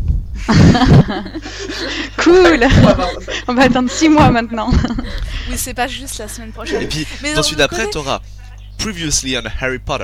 Cool. On va attendre 6 mois maintenant. Oui, c'est pas juste la semaine prochaine. Et puis, dans celui d'après, t'auras Previously on Harry Potter.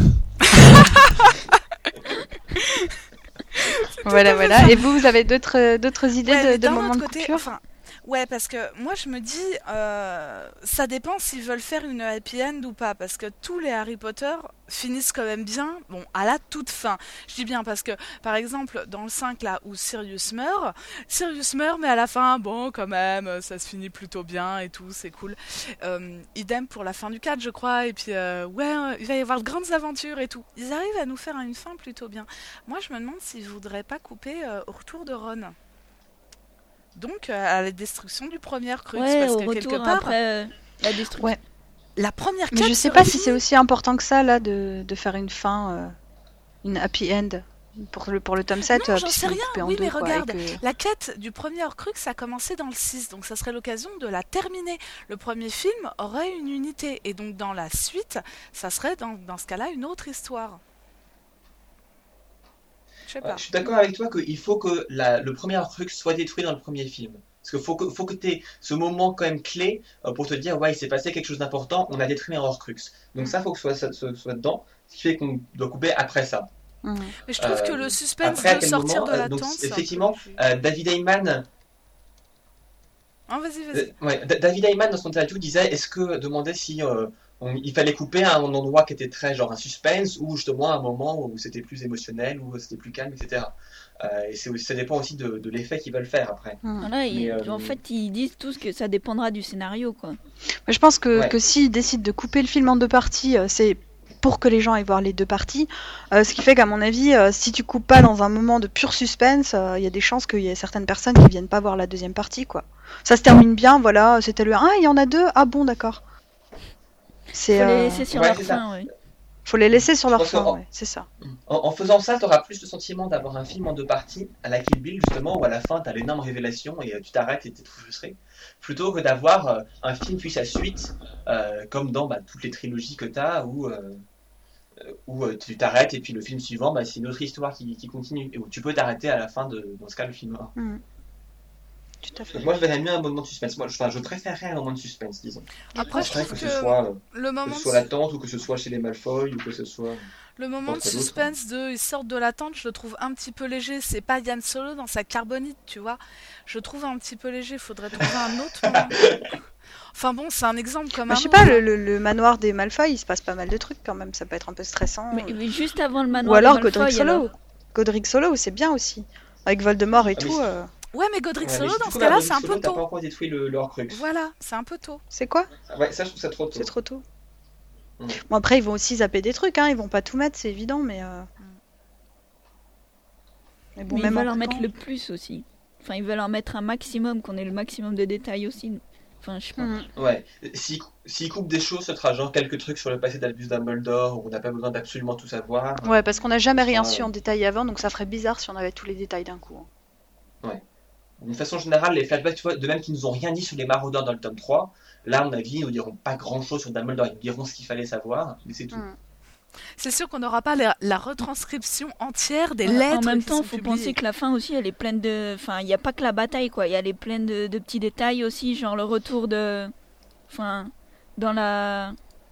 Voilà. Et vous avez d'autres idées de moments de coupure? Ouais, parce que moi je me dis, ça dépend s'ils veulent faire une happy end ou pas, parce que tous les Harry Potter finissent quand même bien, bon, à la toute fin. Je dis bien parce que, par exemple, dans le 5 là où Sirius meurt, mais à la fin, bon, quand même, ça se finit plutôt bien et tout, c'est cool. Idem pour la fin du 4, je crois, et puis, il va y avoir de grandes aventures et tout. Ils arrivent à nous faire une fin plutôt bien. Moi je me demande s'ils voudraient pas couper au retour de Ron. Donc à la destruction du premier Horcrux, parce que quelque part après la destruction. Ouais. La première quête. Mais je sais pas si c'est aussi important que ça là de faire une fin, une happy end pour le tome 7. Non, j'en sais rien. Oui, mais regarde, que... la quête du premier Horcrux a commencé dans le 6, donc ça serait l'occasion de la terminer. Le premier film aurait une unité, et donc dans la suite, ça serait dans ce cas-là une autre histoire. Je suis d'accord avec toi qu'il faut que le premier Horcrux soit détruit dans le premier film. Parce qu'il faut que tu aies ce moment quand même clé pour te dire, ouais, il s'est passé quelque chose d'important, on a détruit un Horcrux. Donc ça, il faut que ça soit dedans, ce qui fait qu'on doit couper après ça. Mais je trouve que le suspense après, de sortir de la tente... Effectivement, David Heyman... Hein, vas-y. Ouais, David Ayman dans son interview demandait si il fallait couper à un endroit qui était très genre un suspense ou justement un moment où c'était plus émotionnel, où c'était plus calme, etc. Et ça dépend aussi de l'effet qu'ils veulent faire après. Voilà, en fait, ils disent tous que ça dépendra du scénario, quoi. Mais je pense que s'ils décident de couper le film en 2 parties, c'est pour que les gens aillent voir les 2 parties. Ce qui fait qu'à mon avis, si tu coupes pas dans un moment de pur suspense, il y a des chances qu'il y ait certaines personnes qui viennent pas voir la 2e partie, quoi. Ça se termine bien, voilà, c'était le 1, il y en a 2, ah bon, d'accord. Faut les laisser sur leur fin, ouais. Faut les laisser sur leur fin, ouais, c'est ça. En faisant ça, tu auras plus le sentiment d'avoir un film en 2 parties, à la Kill Bill justement, où à la fin tu as l'énorme révélation et tu t'arrêtes et tu es tout frustré, plutôt que d'avoir un film puis sa suite, comme dans toutes les trilogies que tu as, où tu t'arrêtes et puis le film suivant, c'est une autre histoire qui continue, et où tu peux t'arrêter à la fin dans ce cas, le film 1. Tout à fait. Moi, je verrais mieux un moment de suspense. Je préférerais un moment de suspense, disons. Après, je trouve que ce soit le moment que ce soit l'attente, ou que ce soit chez les Malfoy, ou que ce soit... Le moment de suspense ils sortent de l'attente, je le trouve un petit peu léger. C'est pas Yann Solo dans sa carbonite, tu vois. Je trouve un petit peu léger. Faudrait trouver un autre moment. Enfin bon, c'est un exemple comme un je sais pas, le manoir des Malfoy, il se passe pas mal de trucs quand même. Ça peut être un peu stressant. Mais juste avant le manoir ou alors des Malfoy, Godric Solo, c'est bien aussi. Avec Voldemort et tout. Ouais, mais Godric Solo, dans ce cas-là, c'est un peu tôt. T'as pas encore détruit le Horcrux. Voilà, c'est un peu tôt. C'est quoi ? Ouais, ça, je trouve ça trop tôt. C'est trop tôt. Bon, après, ils vont aussi zapper des trucs, hein. Ils vont pas tout mettre, c'est évident, mais... Mais bon, même ils veulent en mettre le plus aussi. Enfin, ils veulent en mettre un maximum, qu'on ait le maximum de détails aussi. Enfin, je sais pas. Ouais, s'ils coupent des choses, ce sera genre quelques trucs sur le passé d'Albus Dumbledore, où on n'a pas besoin d'absolument tout savoir. Ouais, parce qu'on n'a jamais rien su en détail avant, donc ça ferait bizarre si on avait tous les détails d'un coup. Ouais. De façon générale, les flashbacks, tu vois, de même qu'ils nous ont rien dit sur les maraudeurs dans le tome 3, là, à mon avis, ils nous diront pas grand chose sur Dumbledore, ils nous diront ce qu'il fallait savoir, mais c'est tout. C'est sûr qu'on n'aura pas la retranscription entière des lettres. En même temps, il faut penser que la fin aussi, elle est pleine de... Enfin, il n'y a pas que la bataille, quoi. Elle est pleine de petits détails aussi, genre le retour de... Enfin, dans la...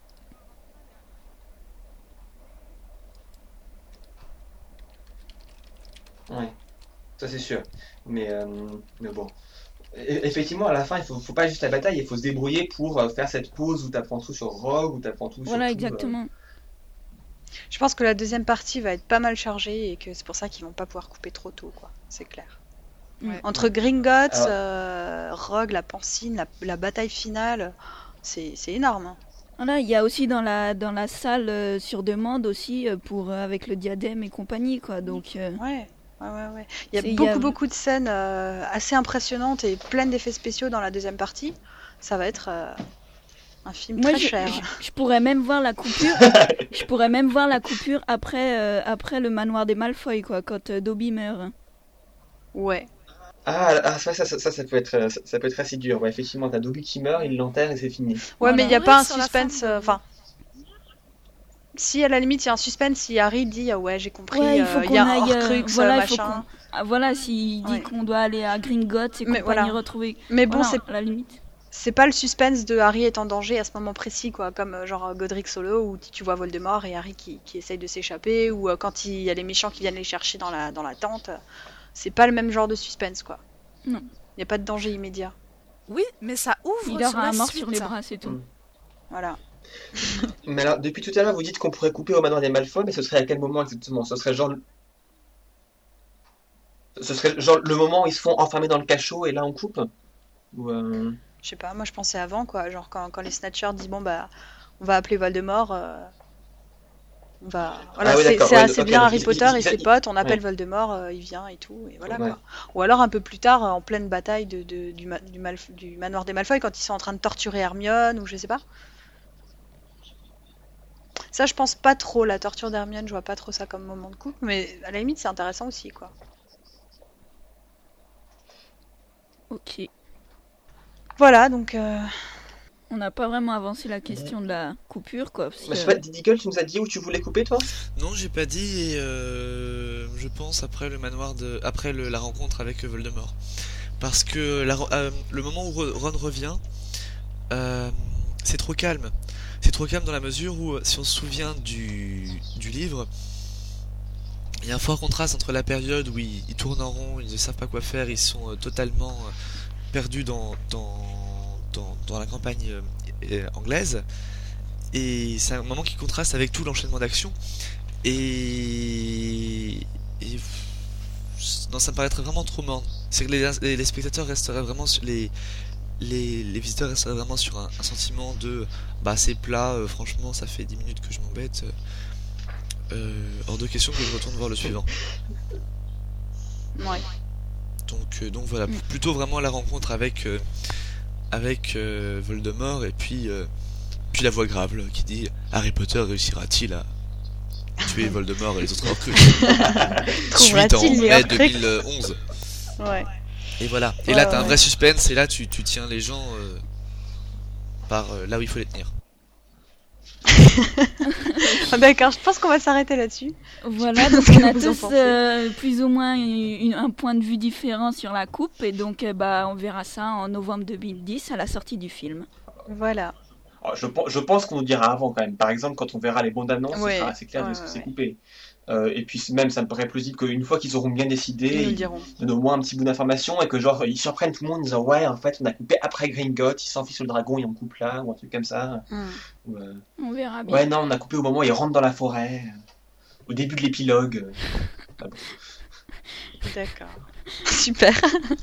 Ouais, ça c'est sûr. Mais bon. Effectivement, à la fin, il faut pas juste la bataille, il faut se débrouiller pour faire cette pause où tu apprends tout sur Rogue, où tu apprends tout sur... Voilà, exactement. Je pense que la 2e partie va être pas mal chargée et que c'est pour ça qu'ils vont pas pouvoir couper trop tôt, quoi. C'est clair. Ouais. Entre Gringotts, Rogue, la Pancine, la bataille finale, c'est énorme. Hein. Voilà, il y a aussi dans la salle sur demande aussi avec le diadème et compagnie, quoi. Donc. Ouais. Il y a beaucoup de scènes assez impressionnantes et pleines d'effets spéciaux dans la 2e partie. Ça va être un film très cher. Je pourrais même voir la coupure. Je pourrais même voir la coupure après le manoir des Malfoy, quoi, quand Dobby meurt. Ouais. Ça peut être assez dur. Ouais, effectivement, t'as Dobby qui meurt, il l'enterre et c'est fini. Ouais, mais il n'y a pas un suspense. Si à la limite il y a un suspense, si Harry dit ouais j'ai compris, il y a un Horcrux, machin. Voilà, s'il dit qu'on doit aller à Gringotts et qu'on peut y retrouver. Mais bon, c'est à la limite. C'est pas le suspense de Harry est en danger à ce moment précis, quoi, comme genre Godric Solo où tu vois Voldemort et Harry qui essaye de s'échapper, ou quand il y a les méchants qui viennent les chercher dans la tente. C'est pas le même genre de suspense, quoi. Non. Il n'y a pas de danger immédiat. Oui, mais ça ouvre il aura un mort sur les bras, c'est tout. Voilà. Mais alors, depuis tout à l'heure, vous dites qu'on pourrait couper au manoir des Malfoy, mais ce serait à quel moment exactement ? Ce serait genre le moment où ils se font enfermer dans le cachot et là on coupe ? Ou Je sais pas, moi je pensais avant, quoi. Genre quand les Snatchers disent on va appeler Voldemort. Voilà, c'est assez bien Harry Potter et ses potes, on appelle Voldemort, il vient et tout, et voilà quoi. Ou alors un peu plus tard, en pleine bataille du manoir des Malfoy, quand ils sont en train de torturer Hermione, ou je sais pas. Ça, je pense pas trop, la torture d'Hermione, je vois pas trop ça comme moment de couple, mais à la limite, c'est intéressant aussi, quoi. Ok. Voilà, donc... On n'a pas vraiment avancé la question de la coupure, quoi. Je sais pas, Diggle, tu nous as dit où tu voulais couper, toi ? Non, j'ai pas dit, et je pense après le manoir après la rencontre avec Voldemort. Parce que le moment où Ron revient, c'est trop calme. C'est trop calme dans la mesure où, si on se souvient du livre, il y a un fort contraste entre la période où ils tournent en rond, ils ne savent pas quoi faire, ils sont totalement perdu dans la campagne anglaise. Et c'est un moment qui contraste avec tout l'enchaînement d'actions. Non, ça me paraîtrait vraiment trop morne. C'est que les spectateurs resteraient vraiment sur les visiteurs resteraient vraiment sur un sentiment de c'est plat, franchement ça fait 10 minutes que je m'embête, hors de question que je retourne voir le suivant. Ouais. Donc voilà, plutôt vraiment la rencontre avec Voldemort et puis la voix grave là, qui dit Harry Potter réussira-t-il à tuer Voldemort et les autres Horcruxes suite en mai 2011. Ouais. Et voilà. Et là t'as un vrai suspense et là tu tiens les gens par là où il faut les tenir. D'accord, je pense qu'on va s'arrêter là-dessus. Voilà, donc on a tous plus ou moins un point de vue différent sur la coupe et donc on verra ça en novembre 2010 à la sortie du film. Voilà. Alors, je pense qu'on nous dira avant quand même. Par exemple, quand on verra les bandes annonces, ce sera assez clair de ce que c'est coupé. Et puis même, ça me paraît plausible qu'une fois qu'ils auront bien décidé, ils donnent au moins un petit bout d'information et que genre ils surprennent tout le monde en disant ouais, en fait, on a coupé après Gringotts, il s'enfuit sur le dragon et on coupe là, ou un truc comme ça. On verra bien. Ouais, non, on a coupé au moment où il rentre dans la forêt, au début de l'épilogue. Bon. D'accord. Super.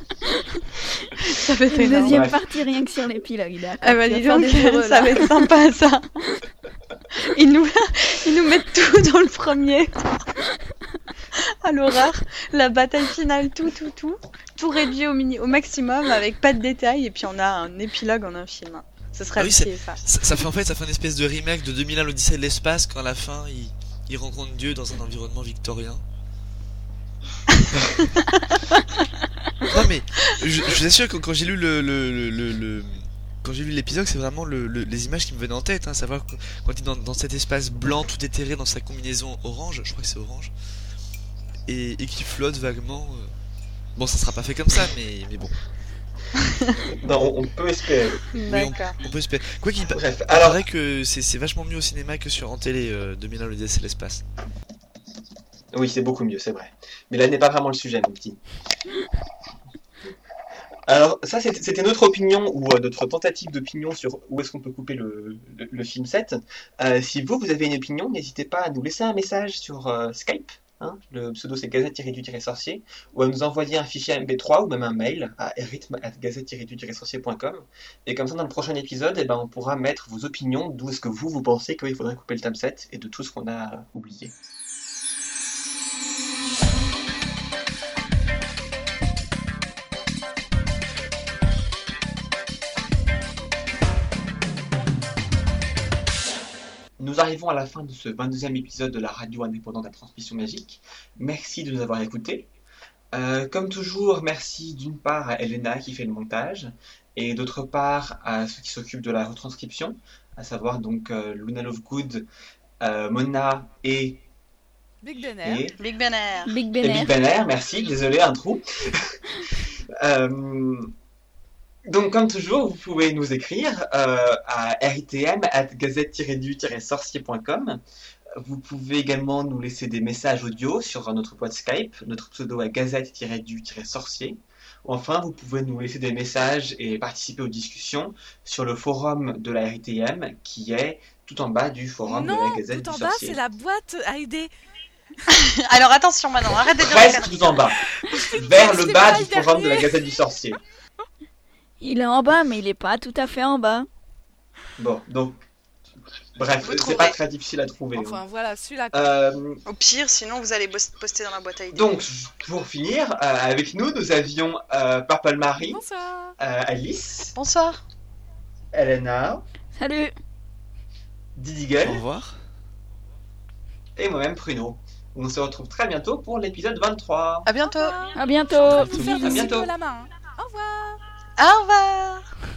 Ça va être une énorme. deuxième partie rien que sur l'épilogue. Ah bah dis donc, ça va être sympa ça. Ils nous mettent tout dans le premier. À l'horreur, la bataille finale, tout réduit au maximum avec pas de détails et puis on a un épilogue en un film. Ce serait ça fait une espèce de remake de 2001 l'Odyssée de l'espace quand à la fin il rencontre Dieu dans un environnement victorien. Non mais je vous assure que quand j'ai lu quand j'ai lu l'épisode, c'est vraiment les images qui me venaient en tête, hein, savoir quand il est dans cet espace blanc tout éthéré dans sa combinaison orange, je crois que c'est orange, et qui flotte vaguement. Bon, ça sera pas fait comme ça, mais bon. Non, on peut espérer. D'accord. On peut espérer. Quoi qu'il Bref, paraît que c'est vachement mieux au cinéma que en télé 2001 l'Odyssée de l'espace. Oui, c'est beaucoup mieux, c'est vrai. Mais là n'est pas vraiment le sujet, mon petit. Alors, ça, c'était notre opinion, ou notre tentative d'opinion sur où est-ce qu'on peut couper le film 7. Si vous avez une opinion, n'hésitez pas à nous laisser un message sur Skype. Hein, le pseudo, c'est gazette-du-sorcier. Ou à nous envoyer un fichier MP3 ou même un mail à rythme@gazette-du-sorcier.com. Et comme ça, dans le prochain épisode, on pourra mettre vos opinions, d'où est-ce que vous pensez qu'il faudrait couper le tome 7 et de tout ce qu'on a oublié. Nous arrivons à la fin de ce 22e épisode de la radio indépendante à transmission magique. Merci de nous avoir écoutés. Comme toujours, merci d'une part à Elena qui fait le montage et d'autre part à ceux qui s'occupent de la retranscription, à savoir donc Luna Lovegood, Mona et Big Benner. Big Benner. Big Benner. Et Big Benner, merci, désolé, un trou. Donc, comme toujours, vous pouvez nous écrire à ritm@gazette-du-sorcier.com. Vous pouvez également nous laisser des messages audio sur notre boîte Skype, notre pseudo est gazette-du-sorcier. Ou enfin, vous pouvez nous laisser des messages et participer aux discussions sur le forum de la RITM, qui est tout en bas du forum de la Gazette du Sorcier. Non, tout en bas, c'est la boîte à idées. Alors attention maintenant, arrêtez de dire presque tout en bas, vers le bas du forum de la Gazette du Sorcier. Il est en bas, mais il est pas tout à fait en bas. Bon, donc, bref, c'est pas très difficile à trouver. Enfin, voilà, celui-là. Au pire, sinon vous allez poster dans la boîte à idées. Donc, pour finir, avec nous avions Purple Marie. Bonsoir. Alice. Bonsoir. Elena. Salut. Didigal. Au revoir. Et moi-même, Pruno. On se retrouve très bientôt pour l'épisode 23. À bientôt. À bientôt. À bientôt. À bientôt. La main. Au revoir. Au revoir.